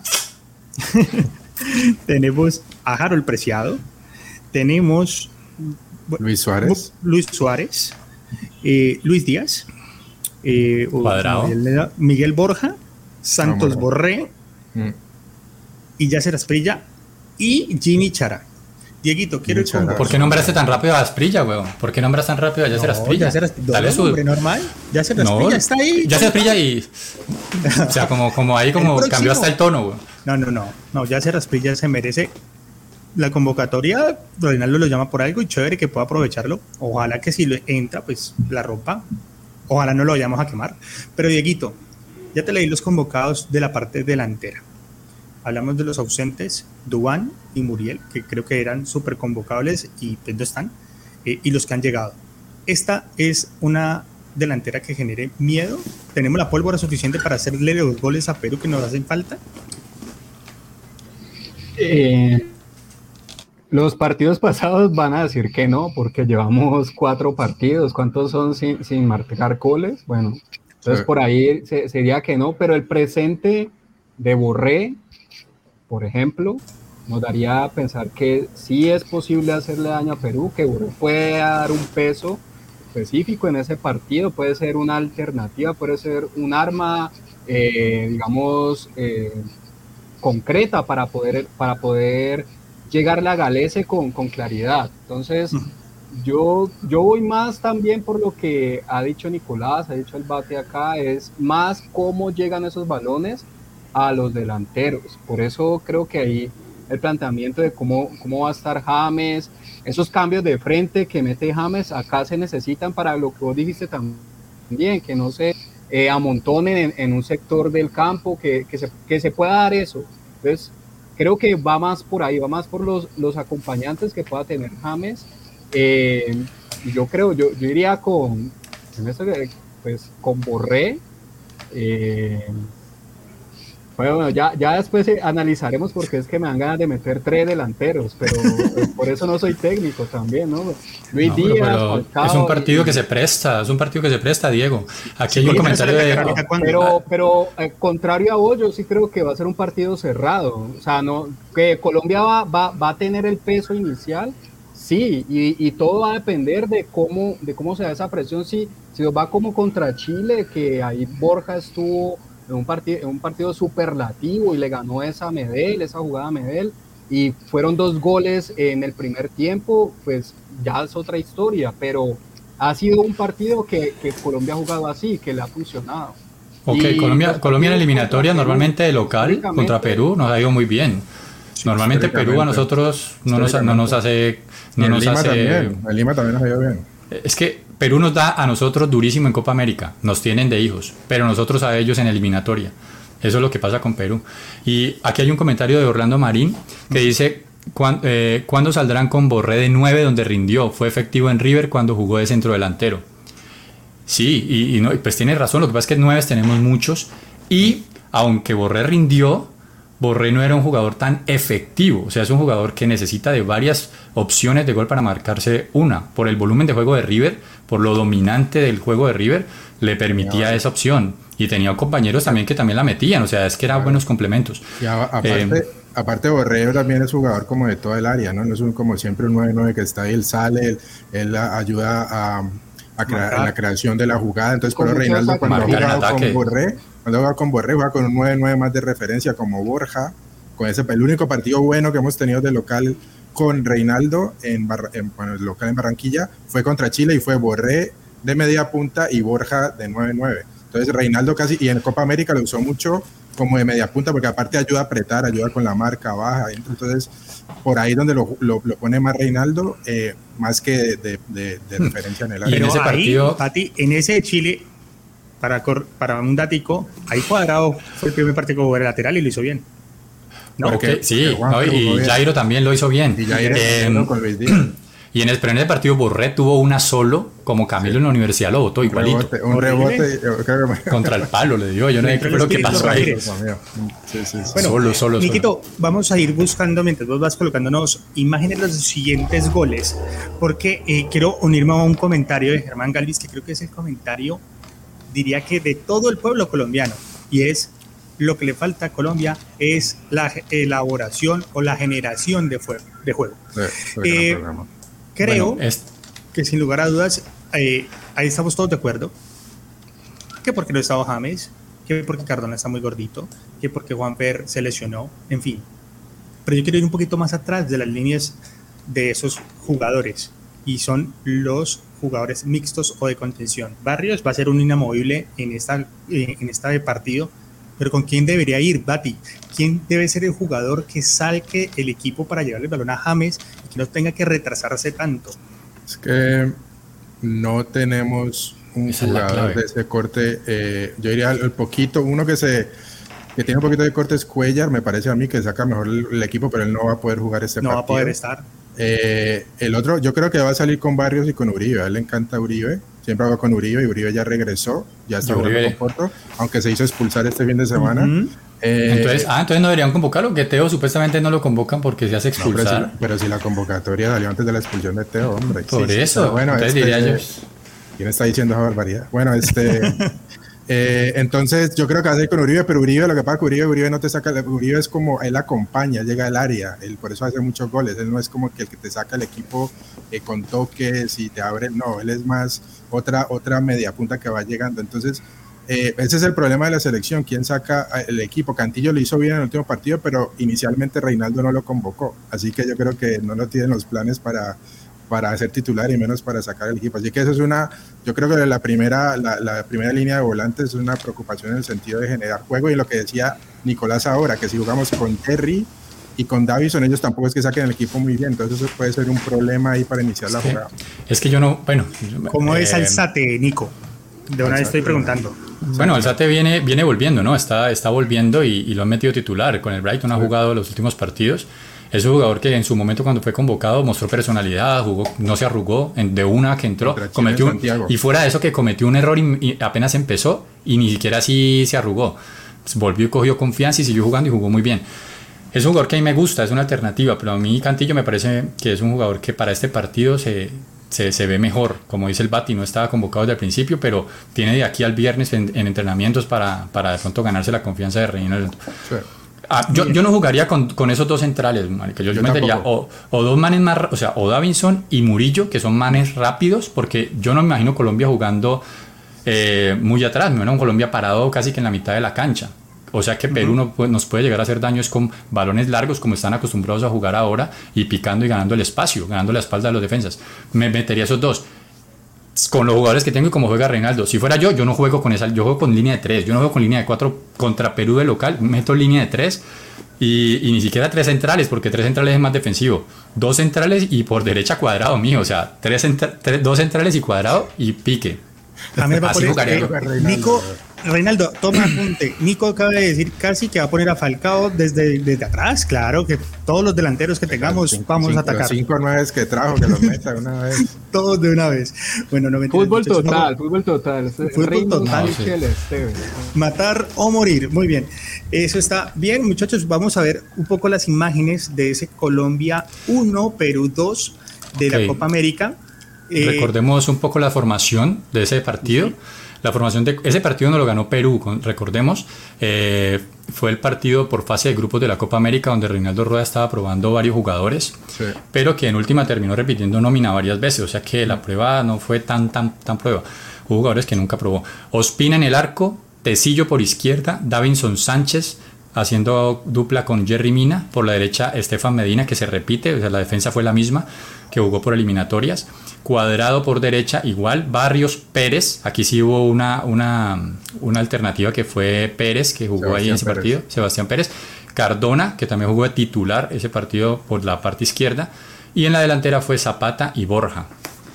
tenemos a Harold Preciado, tenemos Luis Suárez. Luis Suárez, eh, Luis Díaz, eh, Cuadrado. Miguel, Miguel Borja, Santos No, Borré Mm. y Yacer Asprilla y Jimmy Chara. Dieguito, quiero ir Jimmy con Chara. ¿Por qué nombraste tan rápido a Asprilla, weón? ¿Por qué nombras tan rápido a Yacer Asprilla? Yacer Asprilla, Dale su... hombre, normal. Yacer No, Asprilla está ahí. Yacer Asprilla y... O sea, como, como ahí como El cambió próximo. hasta el tono, weón. No, no, no, no, Yacer Asprilla se merece la convocatoria. Reinaldo lo llama por algo y chévere que pueda aprovecharlo. Ojalá que si lo entra, pues la ropa. Ojalá no lo vayamos a quemar. Pero Dieguito, ya te leí los convocados de la parte delantera. Hablamos de los ausentes, Duván y Muriel, que creo que eran súper convocables y pues no están, eh, y los que han llegado. Esta es una delantera que genere miedo. ¿Tenemos la pólvora suficiente para hacerle los goles a Perú que nos hacen falta? Eh, los partidos pasados van a decir que no, porque llevamos cuatro partidos. ¿Cuántos son sin, sin marcar goles? Bueno, entonces Sí. por ahí se- sería que no, pero el presente de Borré, por ejemplo, nos daría a pensar que sí es posible hacerle daño a Perú, que Borré puede dar un peso específico en ese partido, puede ser una alternativa, puede ser un arma, eh, digamos, eh, concreta para poder, para poder llegarle a Galese con, con claridad. Entonces, yo, yo voy más también por lo que ha dicho Nicolás, ha dicho el bate acá, es más cómo llegan esos balones a los delanteros. Por eso creo que ahí el planteamiento de cómo, cómo va a estar James, esos cambios de frente que mete James, acá se necesitan para lo que vos dijiste también, que no se eh, amontonen en, en un sector del campo, que, que, se, que se pueda dar eso. Entonces, creo que va más por ahí, va más por los, los acompañantes que pueda tener James. Eh, y yo creo, yo, yo iría con, en esto que, pues, con Borré. Eh, bueno, ya, ya después eh, analizaremos porque es que me dan ganas de meter tres delanteros, pero eh, por eso no soy técnico también, ¿no? Luis No, pero- Díaz, pero Falcao es un partido y- que se presta, es un partido que se presta, Diego. Aquí hay Sí, un pero comentario se le de... califica cuando- Pero, pero eh, contrario a vos, yo sí creo que va a ser un partido cerrado. O sea, no, que Colombia va, va, va a tener el peso inicial, sí, y, y todo va a depender de cómo, de cómo se da esa presión. Si, si nos va como contra Chile, que ahí Borja estuvo en un partido, en un partido superlativo y le ganó esa a Medel, esa jugada a Medel, y fueron dos goles en el primer tiempo, pues ya es otra historia, pero ha sido un partido que, que Colombia ha jugado así, que le ha funcionado. Ok, Y Colombia, los Colombia en partidos eliminatoria contra Perú, normalmente de local históricamente, contra Perú nos ha ido muy bien. Normalmente Perú a históricamente. nosotros no nos, no nos hace... Y No en nos Lima hace también. En Lima también nos ha ido bien. Es que Perú nos da a nosotros durísimo en Copa América, nos tienen de hijos, pero nosotros a ellos en eliminatoria. Eso es lo que pasa con Perú. Y aquí hay un comentario de Orlando Marín que dice, "¿Cuán- eh, ¿cuándo saldrán con Borré de nueve donde rindió? Fue efectivo en River cuando jugó de centro delantero". Sí, y, y no, y pues tiene razón, lo que pasa es que nueve tenemos muchos y aunque Borré rindió, Borré no era un jugador tan efectivo, o sea, es un jugador que necesita de varias opciones de gol para marcarse una. Por el volumen de juego de River, por lo dominante del juego de River, le permitía esa opción. Y tenía compañeros también que también la metían, o sea, es que eran buenos complementos. Y a- aparte, Eh, aparte Borré también es jugador como de toda el área, ¿no? No es un, como siempre un nueve nueve que está ahí, él sale, él, él a- ayuda a, a crear en la creación de la jugada. Entonces, Con pero mucho Reinaldo cuando ha marcar en jugado ataque. con Borré, cuando ha jugado con Borré, juega con un nueve nueve más de referencia como Borja, con ese, el único partido bueno que hemos tenido de local con Reinaldo en, Barra- en bueno, el local en Barranquilla fue contra Chile y fue Borré de media punta y Borja de nueve nueve. Entonces Reinaldo casi, y en Copa América lo usó mucho como de media punta porque aparte ayuda a apretar, ayuda con la marca baja, entonces por ahí donde lo, lo, lo pone más Reinaldo, eh, más que de, de, de, de referencia en el Y área. en Pero ese ahí, partido- Pati, en ese de Chile, para, cor- para un datico, ahí Cuadrado fue el primer partido como lateral y lo hizo bien. No, porque, okay, sí, Juan, no, y Jairo también lo hizo bien. Y Jairo eh, con Luis Díaz. Y en el primer partido Borré tuvo una solo, como Camilo sí. en la universidad lo votó, un igualito. Rebote, un rebote contra el palo le dio, yo no sé qué fue lo que pasó ahí. Sí, sí, sí. Bueno, solo, solo, Niquito, solo. Vamos a ir buscando, mientras vos vas colocándonos imágenes de los siguientes goles, porque eh, quiero unirme a un comentario de Germán Galvis, que creo que es el comentario, diría que de todo el pueblo colombiano, y es: lo que le falta a Colombia es la elaboración o la generación de, fuego, de juego. Sí, eh, creo bueno, es... que sin lugar a dudas, eh, ahí estamos todos de acuerdo, que porque no estaba James, que porque Cardona está muy gordito, que porque Juanfer se lesionó, en fin. Pero yo quiero ir un poquito más atrás de las líneas de esos jugadores, y son los jugadores mixtos o de contención. Barrios va a ser un inamovible en esta, eh, en este partido, pero ¿con quién debería ir, Bati? ¿Quién debe ser el jugador que salque el equipo para llevarle el balón a James y que no tenga que retrasarse tanto? Es que no tenemos un Esa jugador de ese corte. Eh, yo diría el poquito, uno que se que tiene un poquito de corte es Cuellar, me parece a mí que saca mejor el, el equipo, pero él no va a poder jugar este no partido. No va a poder estar. Eh, el otro, yo creo que va a salir con Barrios y con Uribe. A él le encanta Uribe, siempre va con Uribe, y Uribe ya regresó, ya está jugando con Porto, aunque se hizo expulsar este fin de semana. Uh-huh. eh, entonces, ah, entonces no deberían convocarlo, que Teo supuestamente no lo convocan porque se hace expulsar. No, pero, si, pero si la convocatoria salió antes de la expulsión de Teo, hombre. Por sí, eso, sí, bueno, entonces este, diría yo. ¿Quién está diciendo esa barbaridad? Bueno, este... Eh, entonces yo creo que va a ser con Uribe, pero Uribe, lo que pasa es que Uribe, Uribe no te saca, Uribe es como, él acompaña, llega al área, él por eso hace muchos goles, él no es como que el que te saca el equipo eh, con toques y te abre, no, él es más otra, otra media punta que va llegando. Entonces eh, ese es el problema de la selección, quién saca el equipo. Cantillo lo hizo bien en el último partido, pero inicialmente Reinaldo no lo convocó, así que yo creo que no lo tienen los planes para para ser titular y menos para sacar el equipo, así que eso es una, yo creo que la primera, la, la primera línea de volantes es una preocupación en el sentido de generar juego, y lo que decía Nicolás ahora, que si jugamos con Terry y con Davison, ellos tampoco es que saquen el equipo muy bien, entonces eso puede ser un problema ahí para iniciar la sí. jugada. Es que yo no, bueno. ¿Cómo eh, es Alzate, Nico? De una vez estoy preguntando. Bueno, Alzate viene, viene volviendo, ¿no? Está, está volviendo y, y lo han metido titular, con el Brighton ha jugado los últimos partidos. Es un jugador que en su momento cuando fue convocado mostró personalidad, jugó, no se arrugó en, de una que entró, cometió un, y fuera de eso que cometió un error y, y apenas empezó y ni siquiera así se arrugó, pues volvió y cogió confianza y siguió jugando y jugó muy bien. Es un jugador que a mí me gusta, es una alternativa, pero a mí Cantillo me parece que es un jugador que para este partido se, se, se ve mejor, como dice el Bati, no estaba convocado desde el principio, pero tiene de aquí al viernes en, en entrenamientos para, para de pronto ganarse la confianza de Reinaldo. Sí. Ah, yo, yo no jugaría con, con esos dos centrales, marica. Yo, yo metería o, o dos manes más, o sea, o Davinson y Murillo, que son manes rápidos, porque yo no me imagino Colombia jugando eh, muy atrás, me imagino un Colombia parado casi que en la mitad de la cancha. O sea que Perú uh-huh. no, nos puede llegar a hacer daños con balones largos, como están acostumbrados a jugar ahora, y picando y ganando el espacio, ganando la espalda de los defensas. Me metería esos dos. Con los jugadores que tengo y como juega Reinaldo. Si fuera yo, yo no juego con esa, yo juego con línea de tres, yo no juego con línea de cuatro contra Perú de local, meto línea de tres y, y ni siquiera tres centrales, porque tres centrales es más defensivo. Dos centrales y por derecha Cuadrado mío, o sea, tres, tres dos centrales y Cuadrado y pique. Así jugaría yo. Nico, Reinaldo, toma apunte. Nico acaba de decir casi que va a poner a Falcao desde, desde atrás. Claro que todos los delanteros que tengamos cinco, vamos cinco, a atacar. Cinco o nueve que trajo, que los meta de una vez. Todos de una vez. Bueno, no me Fútbol total, no, fútbol total. Fútbol total. No, sí. Matar o morir. Muy bien. Eso está bien, muchachos. Vamos a ver un poco las imágenes de ese Colombia uno, Perú dos de okay. la Copa América. Eh, Recordemos un poco la formación de ese partido. Sí. La formación de ese partido no lo ganó Perú, recordemos. Eh, fue el partido por fase de grupos de la Copa América donde Reinaldo Rueda estaba probando varios jugadores, sí. pero que en última terminó repitiendo nómina varias veces. O sea que la prueba no fue tan, tan, tan prueba. Hubo jugadores que nunca probó. Ospina en el arco, Tecillo por izquierda, Davinson Sánchez haciendo dupla con Jerry Mina. Por la derecha, Estefan Medina, que se repite. O sea, la defensa fue la misma que jugó por eliminatorias. Cuadrado por derecha, igual. Barrios, Pérez. Aquí sí hubo una, una, una alternativa que fue Pérez, que jugó Sebastián ahí en ese Pérez. partido. Sebastián Pérez. Cardona, que también jugó de titular ese partido por la parte izquierda. Y en la delantera fue Zapata y Borja.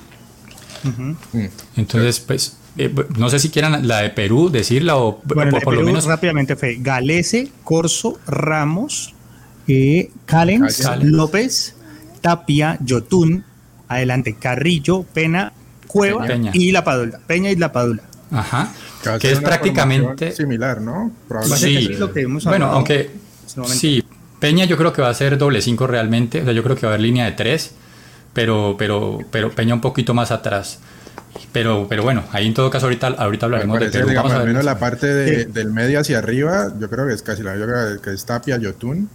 Uh-huh. Entonces, pues, eh, no sé si quieran la de Perú decirla o bueno, por, de por Perú, lo menos. Rápidamente fue Galese, Corso, Ramos, eh, Callens, Callens. López, Tapia, Yotún, adelante Carrillo, Pena, Cueva Peña. y La Padula. Peña y La Padula. Ajá. Que va a Que ser es una prácticamente formación similar, ¿no? Probablemente. Sí. Básicamente es lo que hemos Bueno, hablado aunque en este momento. sí, Peña yo creo que va a ser doble cinco realmente, o sea, yo creo que va a haber línea de tres, pero, pero, pero Peña un poquito más atrás. Pero, pero bueno, ahí en todo caso ahorita, ahorita hablaremos de Parece, Perú. digamos, Vamos a al ver. menos la parte de- Sí. del medio hacia arriba, yo creo que es casi la yo creo que es Tapia, Yotún,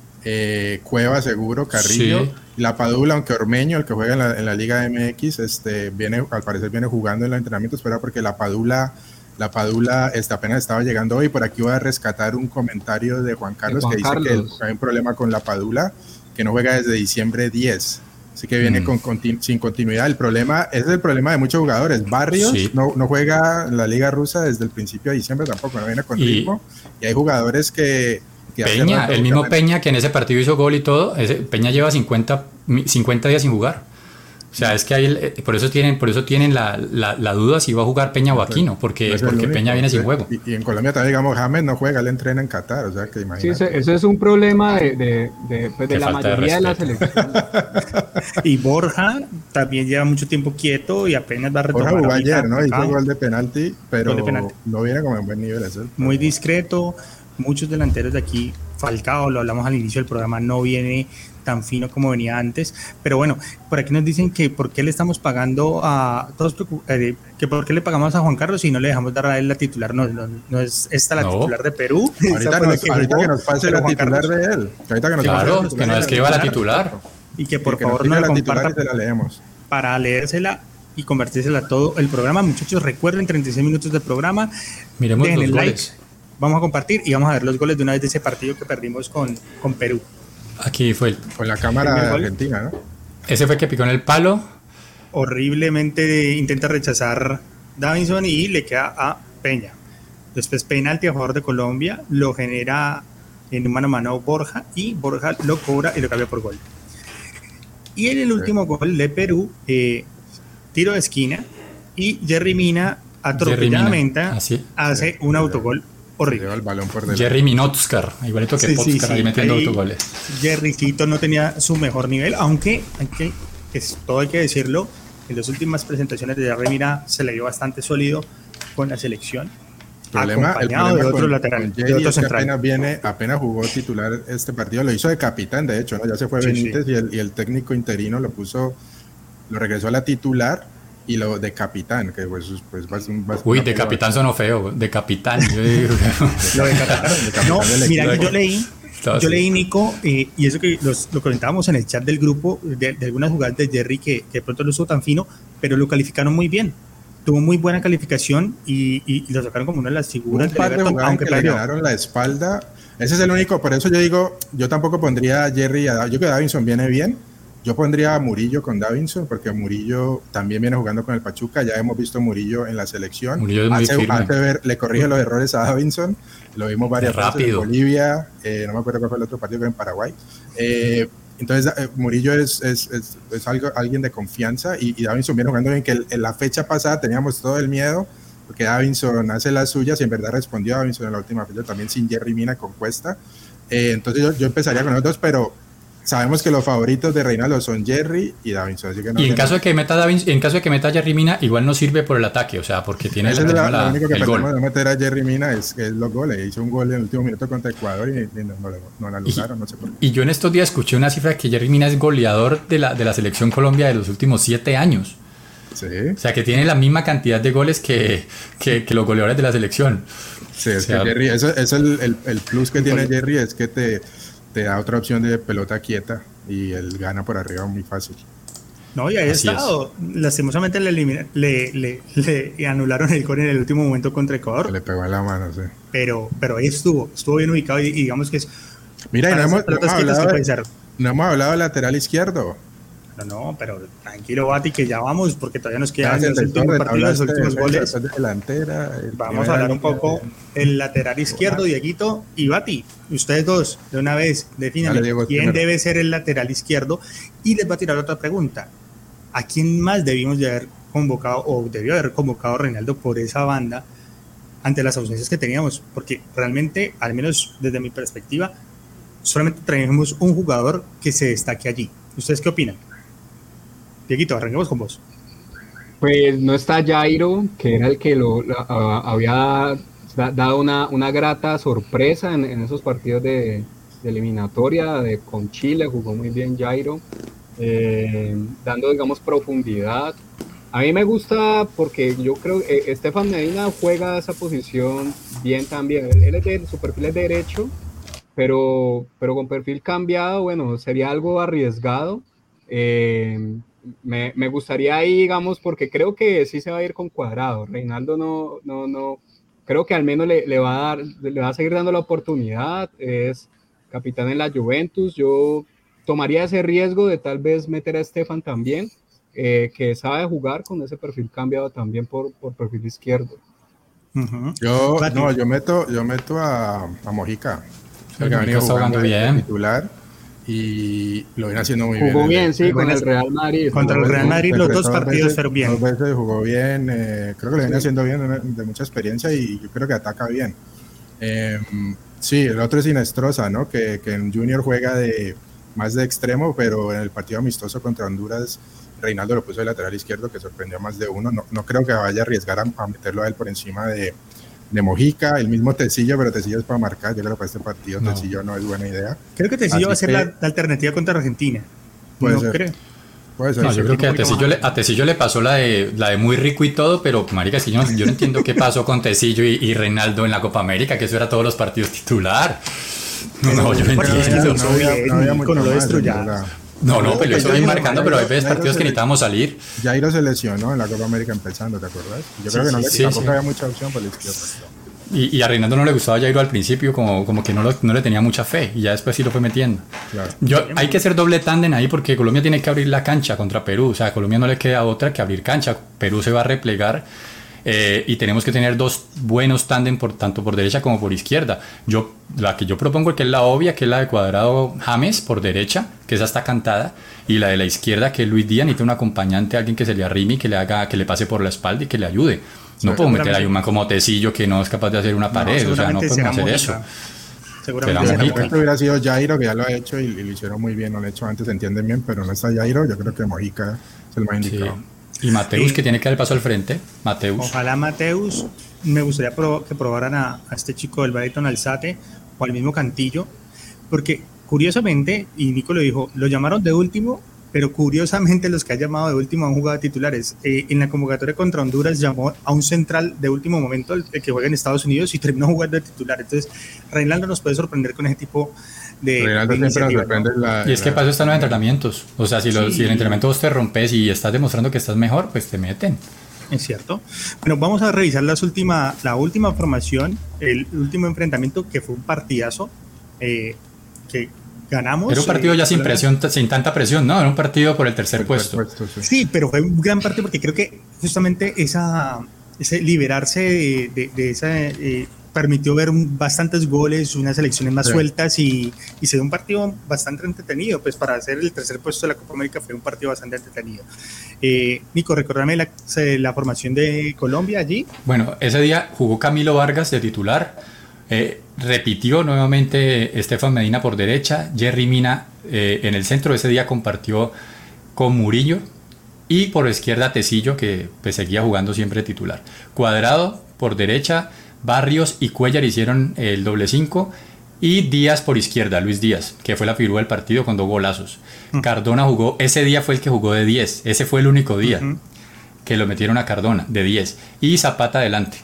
eh, Cueva seguro, Carrillo, Sí. y La Padula, aunque Ormeño, el que juega en la, en la Liga M X, este, viene, al parecer viene jugando en los entrenamientos, pero porque La Padula, La Padula este, apenas estaba llegando hoy. Por aquí voy a rescatar un comentario de Juan Carlos Juan que dice Carlos. que hay un problema con La Padula, que no juega desde diciembre diez. Así que viene Mm. con, continu- sin continuidad. El problema, ese es el problema de muchos jugadores. Barrios Sí. no, no juega en la Liga Rusa desde el principio de diciembre tampoco, no viene con Y- ritmo. Y hay jugadores que... que hace Peña, rato el mismo buscan- Peña que en ese partido hizo gol y todo, ese, Peña lleva cincuenta, mi- cincuenta días sin jugar. O sea, es que hay el- eh, por eso tienen, por eso tienen la, la, la duda si va a jugar Peña o Aquino, porque, No es el porque único. Peña viene sin juego. Y, y en Colombia también, digamos, James no juega, él entrena en Qatar, o sea que Sí, imagínate. eso, eso es un problema de, de, de, pues, de Qué la falta de mayoría de, la respeto. selección. Y Borja también lleva mucho tiempo quieto y apenas va a retomar. Borja jugó ahorita, ayer, ¿no? Hizo acá. gol de penalti, pero Gol de penalti. no viene como en buen nivel. Eso es el Muy problema. discreto. Muchos delanteros de aquí, Falcao, lo hablamos al inicio del programa, no viene tan fino como venía antes. Pero bueno, por aquí nos dicen que por qué le estamos pagando a todos, eh, que por qué le pagamos a Juan Carlos y no le dejamos dar a él la titular. No, no, no es esta la No. titular de Perú. Ahorita, Esa fue la nos, que ahorita jugó, que nos pase pero la Juan titular Carlos. de él. Que ahorita que nos pase Claro, la que no escriba la titular. Y que por que nos favor tire no la la titular comparta y te la leemos. para leérsela y convertírsela todo el programa. Muchachos, recuerden, treinta y seis minutos del programa. Miremos Dejen los el like, goles. vamos a compartir y vamos a ver los goles de una vez de ese partido que perdimos con, con Perú. Aquí fue el, Con la cámara Primer de gol. Argentina, ¿no? ese fue el que picó en el palo. Horriblemente intenta rechazar Davinson y le queda a Peña. Después penalti a favor de Colombia, lo genera en un mano a mano Borja y Borja lo cobra y lo cambia por gol. Y en el último gol de Perú, eh, tiro de esquina y Jerry Mina atropelladamente Jerry Mina, así. hace Sí, un sí, autogol Se horrible. lleva el balón por delante. Jerry Minotskar, igualito que Sí, sí, Potskar, sí. ahí metiendo Ahí autogoles. Jerrycito no tenía su mejor nivel, aunque hay que, es, todo hay que decirlo, en las últimas presentaciones de Jerry Mina se le vio bastante sólido con la selección, El problema, el acompañado problema de otro con, lateral, con de Jerry otro es que central. apenas, viene, apenas jugó titular este partido, lo hizo de capitán, de hecho, ¿no? Ya se fue Sí, Benítez sí. Y, el, y el técnico interino lo puso, lo regresó a la titular y lo de capitán, que pues, pues va a ser un- va a ser Uy, una de prueba. capitán sonó feo, de capitán. Yo digo, Lo de capitán. de capitán No, del mira que equipo. yo leí, Estaba yo así. leí, Nico, eh, y eso que los- lo comentábamos en el chat del grupo, de, de algunas jugadas de Jerry que, que de pronto no estuvo tan fino, pero lo calificaron muy bien. Tuvo muy buena calificación y, y- y lo sacaron como una de las Hubo figuras un del par de Everton, jugadas aunque que le perdió. ganaron la espalda. Ese es el único, por eso yo digo, yo tampoco pondría a Jerry y a Dav- yo que Davinson viene bien. Yo pondría a Murillo con Davinson, porque Murillo también viene jugando con el Pachuca. Ya hemos visto Murillo en la selección. Murillo es muy hace, firme. hace ver, le corrige los errores a Davinson. Lo vimos varias Es veces en rápido. Bolivia. eh, no me acuerdo cuál fue el otro partido, que en Paraguay. Eh, entonces, eh, Murillo es, es, es, es algo, alguien de confianza y, y Davinson viene jugando bien. Que el- en la fecha pasada teníamos todo el miedo, porque Davinson hace las suyas y en verdad respondió Davinson en la última fecha también sin Jerry Mina con Cuesta. Eh, entonces, yo, yo empezaría con los dos, pero sabemos que los favoritos de Reinaldo son Jerry y Davinson. Así que no Y en tiene- caso de que meta Davin, en caso de que meta Jerry Mina, igual no sirve por el ataque, o sea, porque tiene Ese la, es la- la- lo único que el perdemos gol. de meter a Jerry Mina es, es los goles. Hizo un gol en el último minuto contra Ecuador y, y no, no, no la anularon, no sé por qué. Y yo en estos días escuché una cifra que Jerry Mina es goleador de la, de la selección Colombia de los últimos siete años. Sí, O sea, que tiene la misma cantidad de goles que, que, que los goleadores de la selección. sí, es O sea, que Jerry, eso, eso es el, el, el plus que tiene Jerry, es que te, te da otra opción de pelota quieta y él gana por arriba muy fácil. No, y ahí ha Así estado. Lastimosamente le, elimina- le, le, le anularon el gol en el último momento contra Que Ecuador, le pegó en la mano, sí. pero, pero ahí estuvo, estuvo bien ubicado y, y digamos que es. Mira, y no para hemos, esas pelotas no hemos quietas que hablado, puede de- ser. no hemos hablado del lateral izquierdo. No, no, pero tranquilo, Bati, que ya vamos, porque todavía nos quedan Gracias, los del últimos Torre, partidos, los hablaste de últimos defensa, goles. de delantera. el Vamos primer a hablar un arquero. poco el lateral izquierdo, Dieguito y Bati. Ustedes dos, de una vez, definan Dale, Diego, quién primero. debe ser el lateral izquierdo. Y les va a tirar otra pregunta. ¿A quién más debimos de haber convocado o debió haber convocado Reinaldo por esa banda ante las ausencias que teníamos? Porque realmente, al menos desde mi perspectiva, solamente traemos un jugador que se destaque allí. ¿Ustedes qué opinan? Dieguito, arranquemos con vos. Pues no está Jairo, que era el que lo, lo uh, había da, dado una, una grata sorpresa en, en esos partidos de, de eliminatoria de, con Chile, jugó muy bien Jairo, eh, dando, digamos, profundidad. A mí me gusta porque yo creo que eh, Estefan Medina juega esa posición bien también. Él, él es de, su perfil es de derecho, pero, pero con perfil cambiado, bueno, sería algo arriesgado. Eh, me, me gustaría ahí, digamos, porque creo que sí se va a ir con Cuadrado. Reinaldo no, no, no, creo que al menos le, le va a dar, le va a seguir dando la oportunidad. Es capitán en la Juventus. Yo tomaría ese riesgo de tal vez meter a Estefan también, eh, que sabe jugar con ese perfil cambiado también por, por perfil izquierdo. Uh-huh. Yo, no, yo meto, yo meto a, a Mojica. El que ha venido jugando bien. Titular. Y lo viene haciendo muy jugó bien. Jugó bien, sí, con el Real Madrid. Contra el Real Madrid los dos partidos fueron bien. Dos veces jugó bien, eh, creo que lo viene sí. haciendo bien, de mucha experiencia y yo creo que ataca bien. Eh, sí, el otro es Inestrosa, ¿no? Que, que en Junior juega de más de extremo, pero en el partido amistoso contra Honduras, Reinaldo lo puso de lateral izquierdo, que sorprendió a más de uno. No, no creo que vaya a arriesgar a, a meterlo a él por encima de, de Mojica, el mismo Tecillo, pero Tecillo es para marcar. Yo creo que para este partido no. Tecillo no es buena idea. Creo que Tecillo Así va a ser que, la, la alternativa contra Argentina. Puede no ser. creo. Puede ser. No, yo creo que a Tecillo, le, a Tecillo le pasó la de, la de muy rico y todo, pero marica, si yo, yo no entiendo qué pasó con Tecillo y, y Reinaldo en la Copa América, que eso era todos los partidos titular. No, no, yo no entiendo. No, había, no, había mucho no lo destruyas. No, no, pero yo estoy marcando, pero hay veces partidos que necesitábamos salir. Jairo se lesionó en la Copa América empezando, ¿te acuerdas? Yo creo sí, que no sí, le, tampoco sí. había mucha opción por la izquierda. Y, y a Reinaldo no le gustaba Jairo al principio, como, como que no, lo, no le tenía mucha fe, y ya después sí lo fue metiendo. Claro. Yo, hay que hacer doble tándem ahí porque Colombia tiene que abrir la cancha contra Perú, o sea, a Colombia no le queda otra que abrir cancha, Perú se va a replegar. Eh, y tenemos que tener dos buenos tándem por, tanto por derecha como por izquierda. Yo, la que yo propongo que es la obvia, que es la de Cuadrado James por derecha, que esa está cantada, y la de la izquierda, que es Luis Díaz, necesita un acompañante, alguien que se le arrime, que le haga, que le pase por la espalda y que le ayude. No puedo meter ahí un man como Tecillo que no es capaz de hacer una pared, no, o sea, no podemos hacer eso. Seguramente Mojica hubiera sido Jairo, que ya lo ha hecho y, y lo hicieron muy bien, no lo he hecho antes, se entienden bien, pero no está Jairo, yo creo que Mojica es el más indicado. Sí. Y Mateus, sí. que tiene que dar el paso al frente. Mateus. Ojalá Mateus, me gustaría pro, que probaran a, a este chico del Brighton Alzate o al mismo Cantillo, porque curiosamente, y Nico lo dijo, lo llamaron de último, pero curiosamente los que ha llamado de último han jugado titulares. Eh, en la convocatoria contra Honduras llamó a un central de último momento, el, el que juega en Estados Unidos, y terminó jugando de titular. Entonces, Reinaldo nos puede sorprender con ese tipo de, Reinaldo de siempre nos sorprende la, y es que la, para eso están los entrenamientos. O sea, si, lo, sí. si el entrenamiento vos te rompes y estás demostrando que estás mejor, pues te meten. Es cierto. Bueno, vamos a revisar las última, la última formación, el último enfrentamiento, que fue un partidazo eh, que ganamos. Era un partido eh, ya sin presión, sin tanta presión, ¿no? Era un partido por el tercer el puesto. puesto sí. sí, pero fue un gran partido porque creo que justamente esa, ese liberarse de, de, de esa... Eh, permitió ver un, bastantes goles, unas selecciones más sí. sueltas y, y se dio un partido bastante entretenido. Pues para hacer el tercer puesto de la Copa América fue un partido bastante entretenido. Eh, Nico, recordame la, la formación de Colombia allí. Bueno, ese día jugó Camilo Vargas de titular, eh, repitió nuevamente Estefan Medina por derecha, Jerry Mina eh, en el centro. Ese día compartió con Murillo y por izquierda Tecillo, que pues, seguía jugando siempre titular. Cuadrado por derecha, Barrios y Cuellar hicieron el doble cinco y Díaz por izquierda, Luis Díaz, que fue la figura del partido con dos golazos. Uh-huh. Cardona jugó, ese día fue el que jugó de diez, ese fue el único día uh-huh. que lo metieron a Cardona de diez, y Zapata adelante.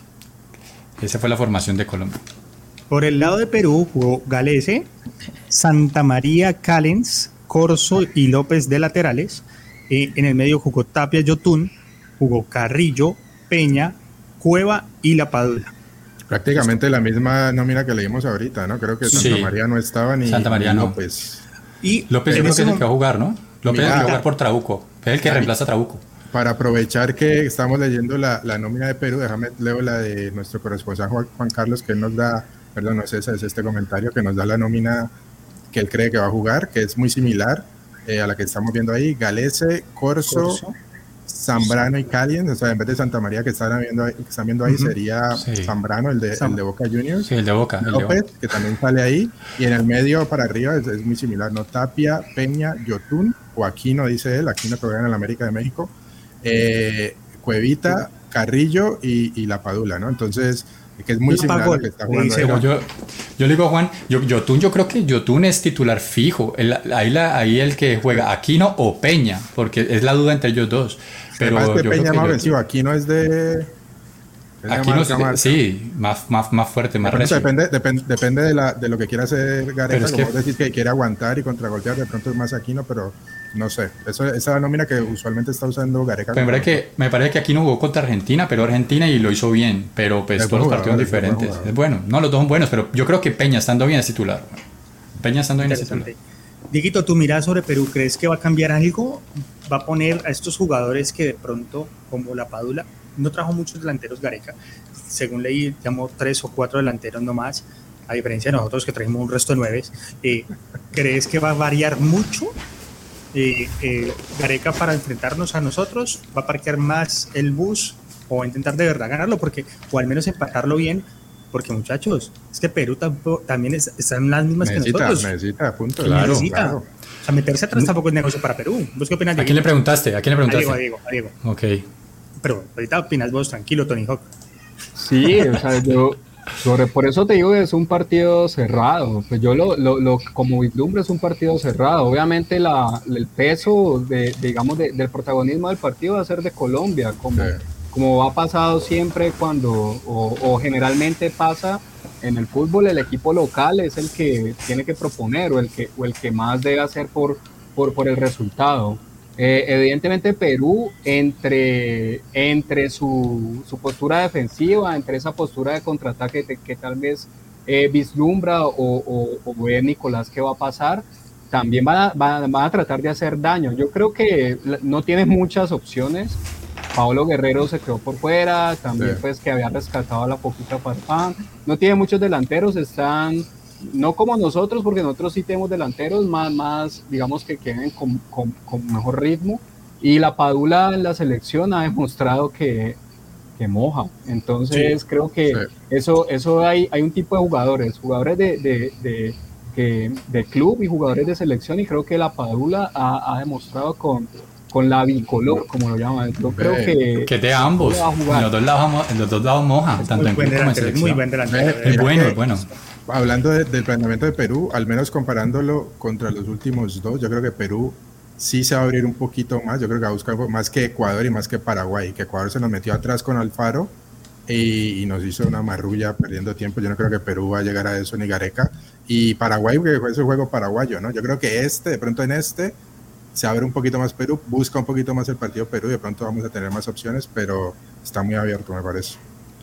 Esa fue la formación de Colombia. Por el lado de Perú jugó Galese, Santa María, Callens, Corso y López de laterales. Eh, en el medio jugó Tapia, Yotún, jugó Carrillo, Peña, Cueva y La Padula. Prácticamente la misma nómina que leímos ahorita, ¿no? Creo que Santa sí. María no estaba ni, Santa María ni no. López. Y López yo creo que es el que va a jugar, ¿no? López es el que va a jugar por Trauco. Es el que reemplaza a Trauco. Para aprovechar que estamos leyendo la, la nómina de Perú, déjame leo la de nuestro corresponsal Juan, Juan Carlos, que él nos da, perdón, no es ese, es este comentario, que nos da la nómina que él cree que va a jugar, que es muy similar eh, a la que estamos viendo ahí. Galese, Corso, Corso. Zambrano y Caliens, o sea, en vez de Santa María que están viendo ahí, que están viendo ahí uh-huh. sería sí. Zambrano, el de, el de Boca Juniors. Sí, el de Boca. López, el de Boca. que también sale ahí. Y en el medio para arriba es, es muy similar, ¿no? Tapia, Peña, Yotún, o Aquino, dice él, Aquino que juega en el América de México, eh, Cuevita, Carrillo y, y La Padula, ¿no? Entonces, que es muy similar a lo que está jugando. Pero yo, yo le digo a Juan, yo, Yotún, yo creo que Yotún es titular fijo. El, ahí, la, ahí el que juega, Aquino o Peña, porque es la duda entre ellos dos. Pero además que yo Peña creo es más que ofensivo, Aquino es de... Aquino es, sí, más, más, más fuerte, más recio. Depende, depende, depende de, la, de lo que quiera hacer Gareca, como que... vos decís que quiere aguantar y contragolpear, de pronto es más Aquino, pero no sé. Eso, esa es la nómina que usualmente está usando Gareca. Me parece, que, me parece que Aquino jugó contra Argentina, pero Argentina y lo hizo bien, pero pues es todos los partidos son diferentes. Es, es bueno, no, los dos son buenos, pero yo creo que Peña estando bien es titular. Peña estando bien es titular. Dieguito, tu mirada sobre Perú, ¿crees que va a cambiar algo? ¿Va a poner a estos jugadores que de pronto, como La Padula, no trajo muchos delanteros Gareca? Según leí, llamó tres o cuatro delanteros nomás, a diferencia de nosotros que trajimos un resto de nueve. Eh, ¿Crees que va a variar mucho eh, eh, Gareca para enfrentarnos a nosotros? ¿Va a parquear más el bus o va a intentar de verdad ganarlo? Porque, o al menos empatarlo bien. Porque, muchachos, es que Perú tampoco, también es, está en las mismas necesita, que nosotros. Necesita, punto. Claro, necesita. Claro. O sea, meterse atrás tampoco es negocio para Perú. ¿Vos qué opinas? ¿A quién le preguntaste? ¿A quién le preguntaste? A Diego, a Diego, a Diego. Ok. Pero ahorita opinas vos, tranquilo, Tony Hawk. Sí, o sea, yo sobre, por eso te digo que es un partido cerrado. Pues yo lo, lo, lo como vislumbro es un partido cerrado. Obviamente la, el peso de, de, digamos, de, del protagonismo del partido va a ser de Colombia, como, sí. como ha pasado siempre cuando, o, o generalmente pasa en el fútbol, el equipo local es el que tiene que proponer o el que, o el que más debe hacer por, por, por el resultado. Eh, evidentemente Perú, entre, entre su, su postura defensiva, entre esa postura de contraataque que, que tal vez eh, vislumbra o, o, o ve Nicolás que va a pasar, también van a, van, van a tratar de hacer daño. Yo creo que no tiene muchas opciones. Paolo Guerrero se quedó por fuera, también sí. pues que había rescatado a la poquita Farfán. No tiene muchos delanteros, están... no como nosotros, porque nosotros sí tenemos delanteros más, más digamos que queden con, con, con mejor ritmo, y la Padula en la selección ha demostrado que, que moja, entonces sí, creo que sí. eso, eso hay, hay un tipo de jugadores, jugadores de, de, de, de, de club y jugadores de selección, y creo que la Padula ha, ha demostrado con, con la bicolor, como lo llaman, yo creo que... Que de ambos, en los dos lados, en los dos lados moja, es tanto en club como en selección. Muy buen delantero. Es bueno, es bueno. Hablando de, del planteamiento de Perú, al menos comparándolo contra los últimos dos, yo creo que Perú sí se va a abrir un poquito más. Yo creo que va a buscar más que Ecuador y más que Paraguay, que Ecuador se nos metió atrás con Alfaro y, y nos hizo una marrulla perdiendo tiempo. Yo no creo que Perú va a llegar a eso, ni Gareca. Y Paraguay, porque es el juego paraguayo, ¿no? Yo creo que este, de pronto en este, se abre un poquito más Perú, busca un poquito más el partido Perú y de pronto vamos a tener más opciones, pero está muy abierto, me parece.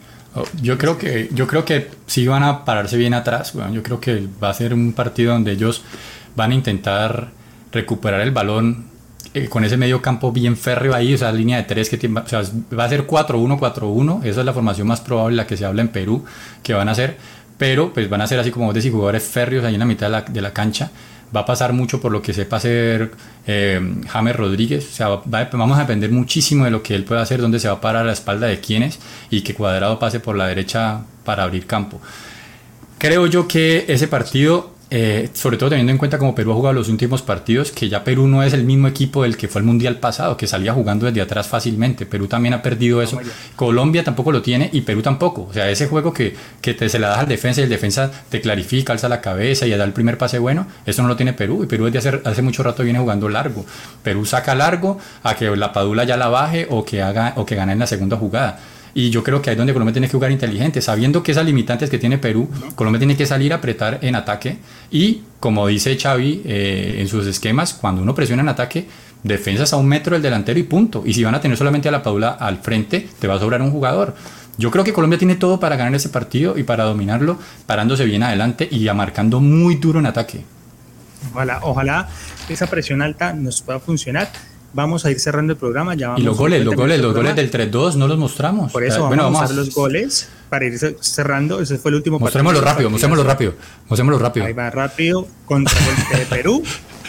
Yo creo que yo creo que sí van a pararse bien atrás. Bueno, yo creo que va a ser un partido donde ellos van a intentar recuperar el balón eh, con ese medio campo bien férreo ahí, o sea, línea de tres que tiene, o sea, va a ser cuatro uno cuatro uno. Esa es la formación más probable, la que se habla en Perú que van a hacer, pero pues van a ser así como vos decís, jugadores férreos ahí en la mitad de la, de la cancha. Va a pasar mucho por lo que sepa hacer eh, James Rodríguez, o sea, va, vamos a depender muchísimo de lo que él pueda hacer, dónde se va a parar a la espalda de quiénes y que Cuadrado pase por la derecha para abrir campo. Creo yo que ese partido, eh, sobre todo teniendo en cuenta como Perú ha jugado los últimos partidos, que ya Perú no es el mismo equipo del que fue el Mundial pasado, que salía jugando desde atrás fácilmente. Perú también ha perdido eso. Colombia tampoco lo tiene y Perú tampoco. O sea, ese juego que, que te, se la das al defensa y el defensa te clarifica, alza la cabeza y da el primer pase bueno, eso no lo tiene Perú. Y Perú desde hace, hace mucho rato viene jugando largo. Perú saca largo a que la Padula ya la baje o que, haga, o que gane en la segunda jugada. Y yo creo que ahí es donde Colombia tiene que jugar inteligente, sabiendo que esas limitantes que tiene Perú, Colombia tiene que salir a apretar en ataque y, como dice Xavi eh, en sus esquemas, cuando uno presiona en ataque, defensas a un metro del delantero y punto. Y si van a tener solamente a la Padula al frente, te va a sobrar un jugador. Yo creo que Colombia tiene todo para ganar ese partido y para dominarlo, parándose bien adelante y marcando muy duro en ataque. Ojalá, ojalá esa presión alta nos pueda funcionar. Vamos a ir cerrando el programa. Ya vamos y los goles, los goles, los goles del tres dos no los mostramos. Por eso vamos, bueno, vamos a mostrar los goles para ir cerrando. Ese fue el último partido. Mostrémoslo rápido, mostrémoslo rápido, mostrémoslo rápido. Ahí va rápido, contra el de Perú.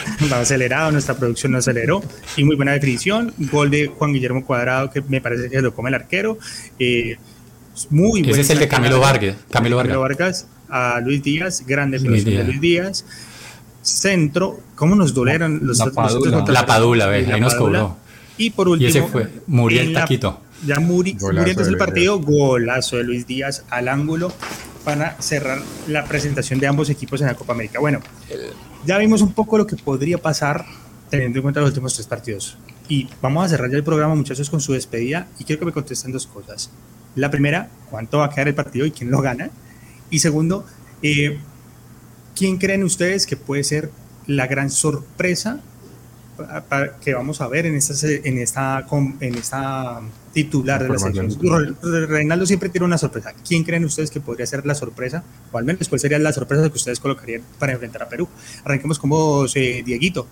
va acelerado, nuestra producción no aceleró, y muy buena definición, gol de Juan Guillermo Cuadrado, que me parece que lo come el arquero, eh, muy Ese es el de Camilo Vargas, Camilo Vargas. Camilo Vargas, a Luis Díaz, grande Luis Díaz. de Luis Díaz, centro, ¿cómo nos dolieron los La Padula, la Padula, ve, ahí nos cobró. Y por último, y ese fue Muriel Taquito. Ya Muri, muriendo el partido, golazo de Luis Díaz al ángulo para cerrar la presentación de ambos equipos en la Copa América. Bueno, ya vimos un poco lo que podría pasar teniendo en cuenta los últimos tres partidos. Y vamos a cerrar ya el programa, muchachos, con su despedida. Y quiero que me contesten dos cosas. La primera, ¿cuánto va a quedar el partido y quién lo gana? Y segundo, eh, ¿quién creen ustedes que puede ser la gran sorpresa para que vamos a ver en esta, en esta, en esta titular de la selección? Reinaldo siempre tiene una sorpresa. ¿Quién creen ustedes que podría ser la sorpresa? O al menos, ¿cuál sería la sorpresa que ustedes colocarían para enfrentar a Perú? Arranquemos con vos, eh, Dieguito.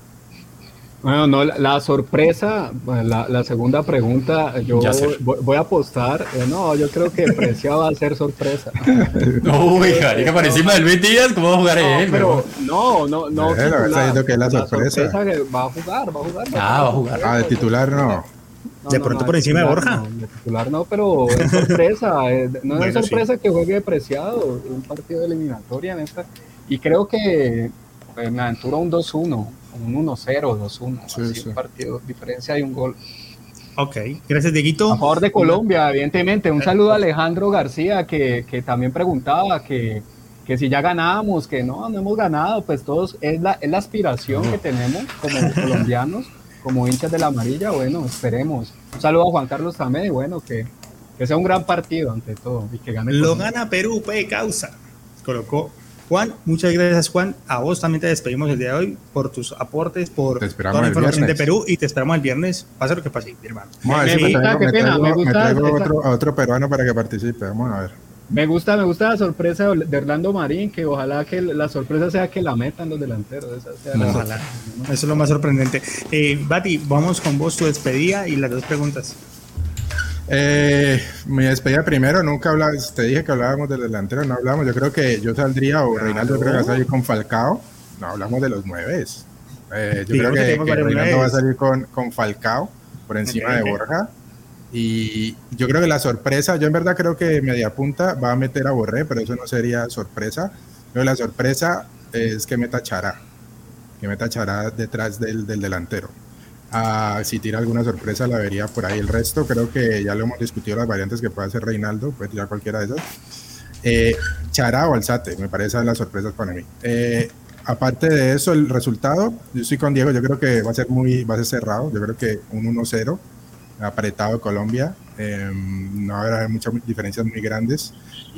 Bueno, no, la, la sorpresa, la, la segunda pregunta, yo voy, voy a apostar, eh, no, yo creo que Preciado va a ser sorpresa. Uy, marica, por encima de Luis Díaz, ¿cómo va a jugar no, él? Pero, no, no, no. Eh, lo está diciendo que es la, la sorpresa. sorpresa que va a jugar, va a jugar. Va ah, va a jugar. Ah, de titular no. No, de pronto no, por encima titular, de Borja. No, de titular no, pero es sorpresa, eh, no es bueno, sorpresa sí. que juegue Preciado, un partido de eliminatoria en esta, y creo que me aventura un dos uno. Un uno cero, dos uno, sí, así sí. Un partido, diferencia de un gol. Ok, gracias Dieguito. A favor de Colombia, evidentemente. Un saludo a Alejandro García, que, que también preguntaba que, que si ya ganábamos, que no, no hemos ganado, pues todos, es la, es la aspiración no. que tenemos como colombianos, como hinchas de la amarilla, bueno, esperemos. Un saludo a Juan Carlos también, y bueno, que, que sea un gran partido ante todo, y que gane. Lo gana Perú, P causa. Colocó Juan, muchas gracias Juan, a vos también te despedimos el día de hoy por tus aportes, por toda la información de Perú y te esperamos el viernes, pase lo que pase, mi hermano. Bueno, me, sí, me, traigo, me, traigo, me, gusta, me traigo otro, a otro peruano para que participe, vamos a ver. Me gusta, me gusta la sorpresa de Orlando Marín, que ojalá que la sorpresa sea que la metan los delanteros. Esa sea la ojalá, ¿no? Eso es lo más sorprendente. Eh, Bati, vamos con vos, tu despedida y las dos preguntas. Eh, mi despedida primero, nunca hablabas, te dije que hablábamos del delantero, no hablamos, yo creo que yo saldría, o claro. Reinaldo creo que va a salir con Falcao, no hablamos de los nueves, eh, yo Digo creo que, que, que Reinaldo nueves. va a salir con, con Falcao por encima okay, de Borja, y yo creo que la sorpresa, yo en verdad creo que media punta va a meter a Borré, pero eso no sería sorpresa, pero la sorpresa es que meta Chará, que meta Chará detrás del, del delantero. Uh, si tira alguna sorpresa la vería por ahí. El resto creo que ya lo hemos discutido, las variantes que puede hacer Reinaldo, puede tirar cualquiera de esas. eh, Chará o Alzate me parecen las sorpresas para mí. eh, aparte de eso, el resultado, yo estoy con Diego, yo creo que va a ser muy va a ser cerrado, yo creo que un uno cero apretado de Colombia, eh, no va a haber muchas diferencias muy grandes,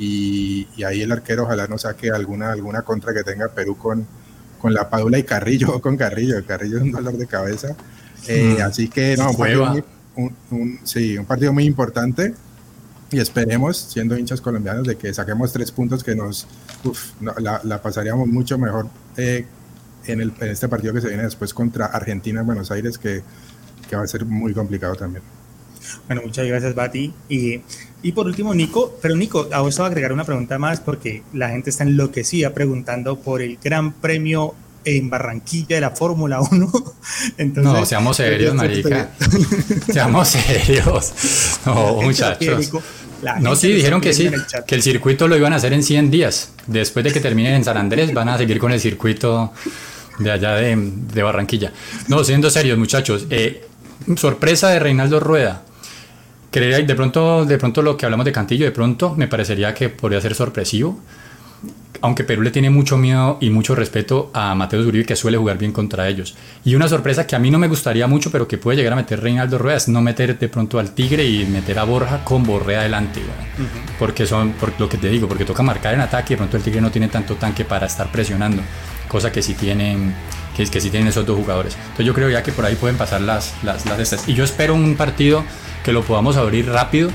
y, y ahí el arquero ojalá no saque alguna, alguna contra que tenga Perú con, con la Padula y Carrillo, o con Carrillo, Carrillo es un dolor de cabeza. Eh, mm. Así que no, un partido, muy, un, un, sí, un partido muy importante, y esperemos, siendo hinchas colombianos, de que saquemos tres puntos que nos uf, no, la, la pasaríamos mucho mejor eh, en, el, en este partido que se viene después contra Argentina en Buenos Aires, que, que va a ser muy complicado también. Bueno, muchas gracias, Bati. Y, y por último, Nico, pero Nico, a vos te voy a agregar una pregunta más, porque la gente está enloquecida preguntando por el Gran Premio en Barranquilla de la Fórmula uno. Entonces, no, seamos serios, marica. Seamos serios. No, muchachos. No, sí, dijeron que sí, que el circuito lo iban a hacer en cien días. Después de que terminen en San Andrés, van a seguir con el circuito de allá de, de Barranquilla. No, siendo serios, muchachos. Eh, sorpresa de Reinaldo Rueda. Creería, de pronto, de pronto lo que hablamos de Cantillo, de pronto me parecería que podría ser sorpresivo. Aunque Perú le tiene mucho miedo y mucho respeto a Mateus Uribe, que suele jugar bien contra ellos. Y una sorpresa que a mí no me gustaría mucho, pero que puede llegar a meter Reinaldo Rueda, es no meter de pronto al Tigre y meter a Borja con Borré adelante, ¿no? Uh-huh. Porque son, por lo que te digo, porque toca marcar en ataque, y de pronto el Tigre no tiene tanto tanque para estar presionando, cosa que sí tienen, que, que sí tienen esos dos jugadores. Entonces yo creo ya que por ahí pueden pasar las, las, las estas. Y yo espero un partido que lo podamos abrir rápido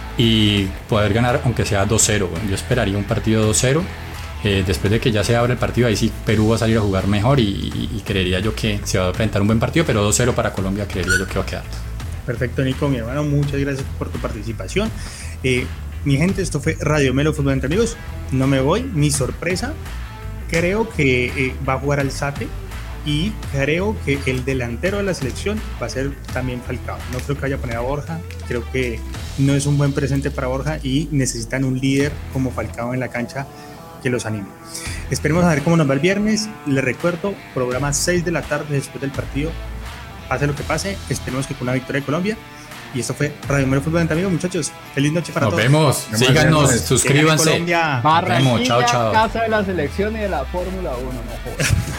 y poder ganar, aunque sea dos cero. Bueno, yo esperaría un partido dos cero. Eh, después de que ya se abre el partido, ahí sí Perú va a salir a jugar mejor, y, y, y creería yo que se va a presentar un buen partido, pero dos cero para Colombia creería yo que va a quedar. Perfecto, Nico, mi hermano, muchas gracias por tu participación. Eh, mi gente, esto fue Radio Melo Fútbol Entre Amigos. No me voy, mi sorpresa, creo que eh, va a jugar Alzate, y creo que el delantero de la selección va a ser también Falcao. No creo que vaya a poner a Borja, creo que no es un buen presente para Borja y necesitan un líder como Falcao en la cancha que los anime. Esperemos a ver cómo nos va el viernes. Les recuerdo, programa seis de la tarde después del partido. Pase lo que pase, esperemos que con una victoria de Colombia. Y esto fue Radio Melo Fútbol entre amigos, muchachos. Feliz noche para nos todos. Vemos. Nos vemos, síganos, suscríbanse. Barranquilla, chao, chao. Casa de la selección y de la Fórmula uno, no jodas.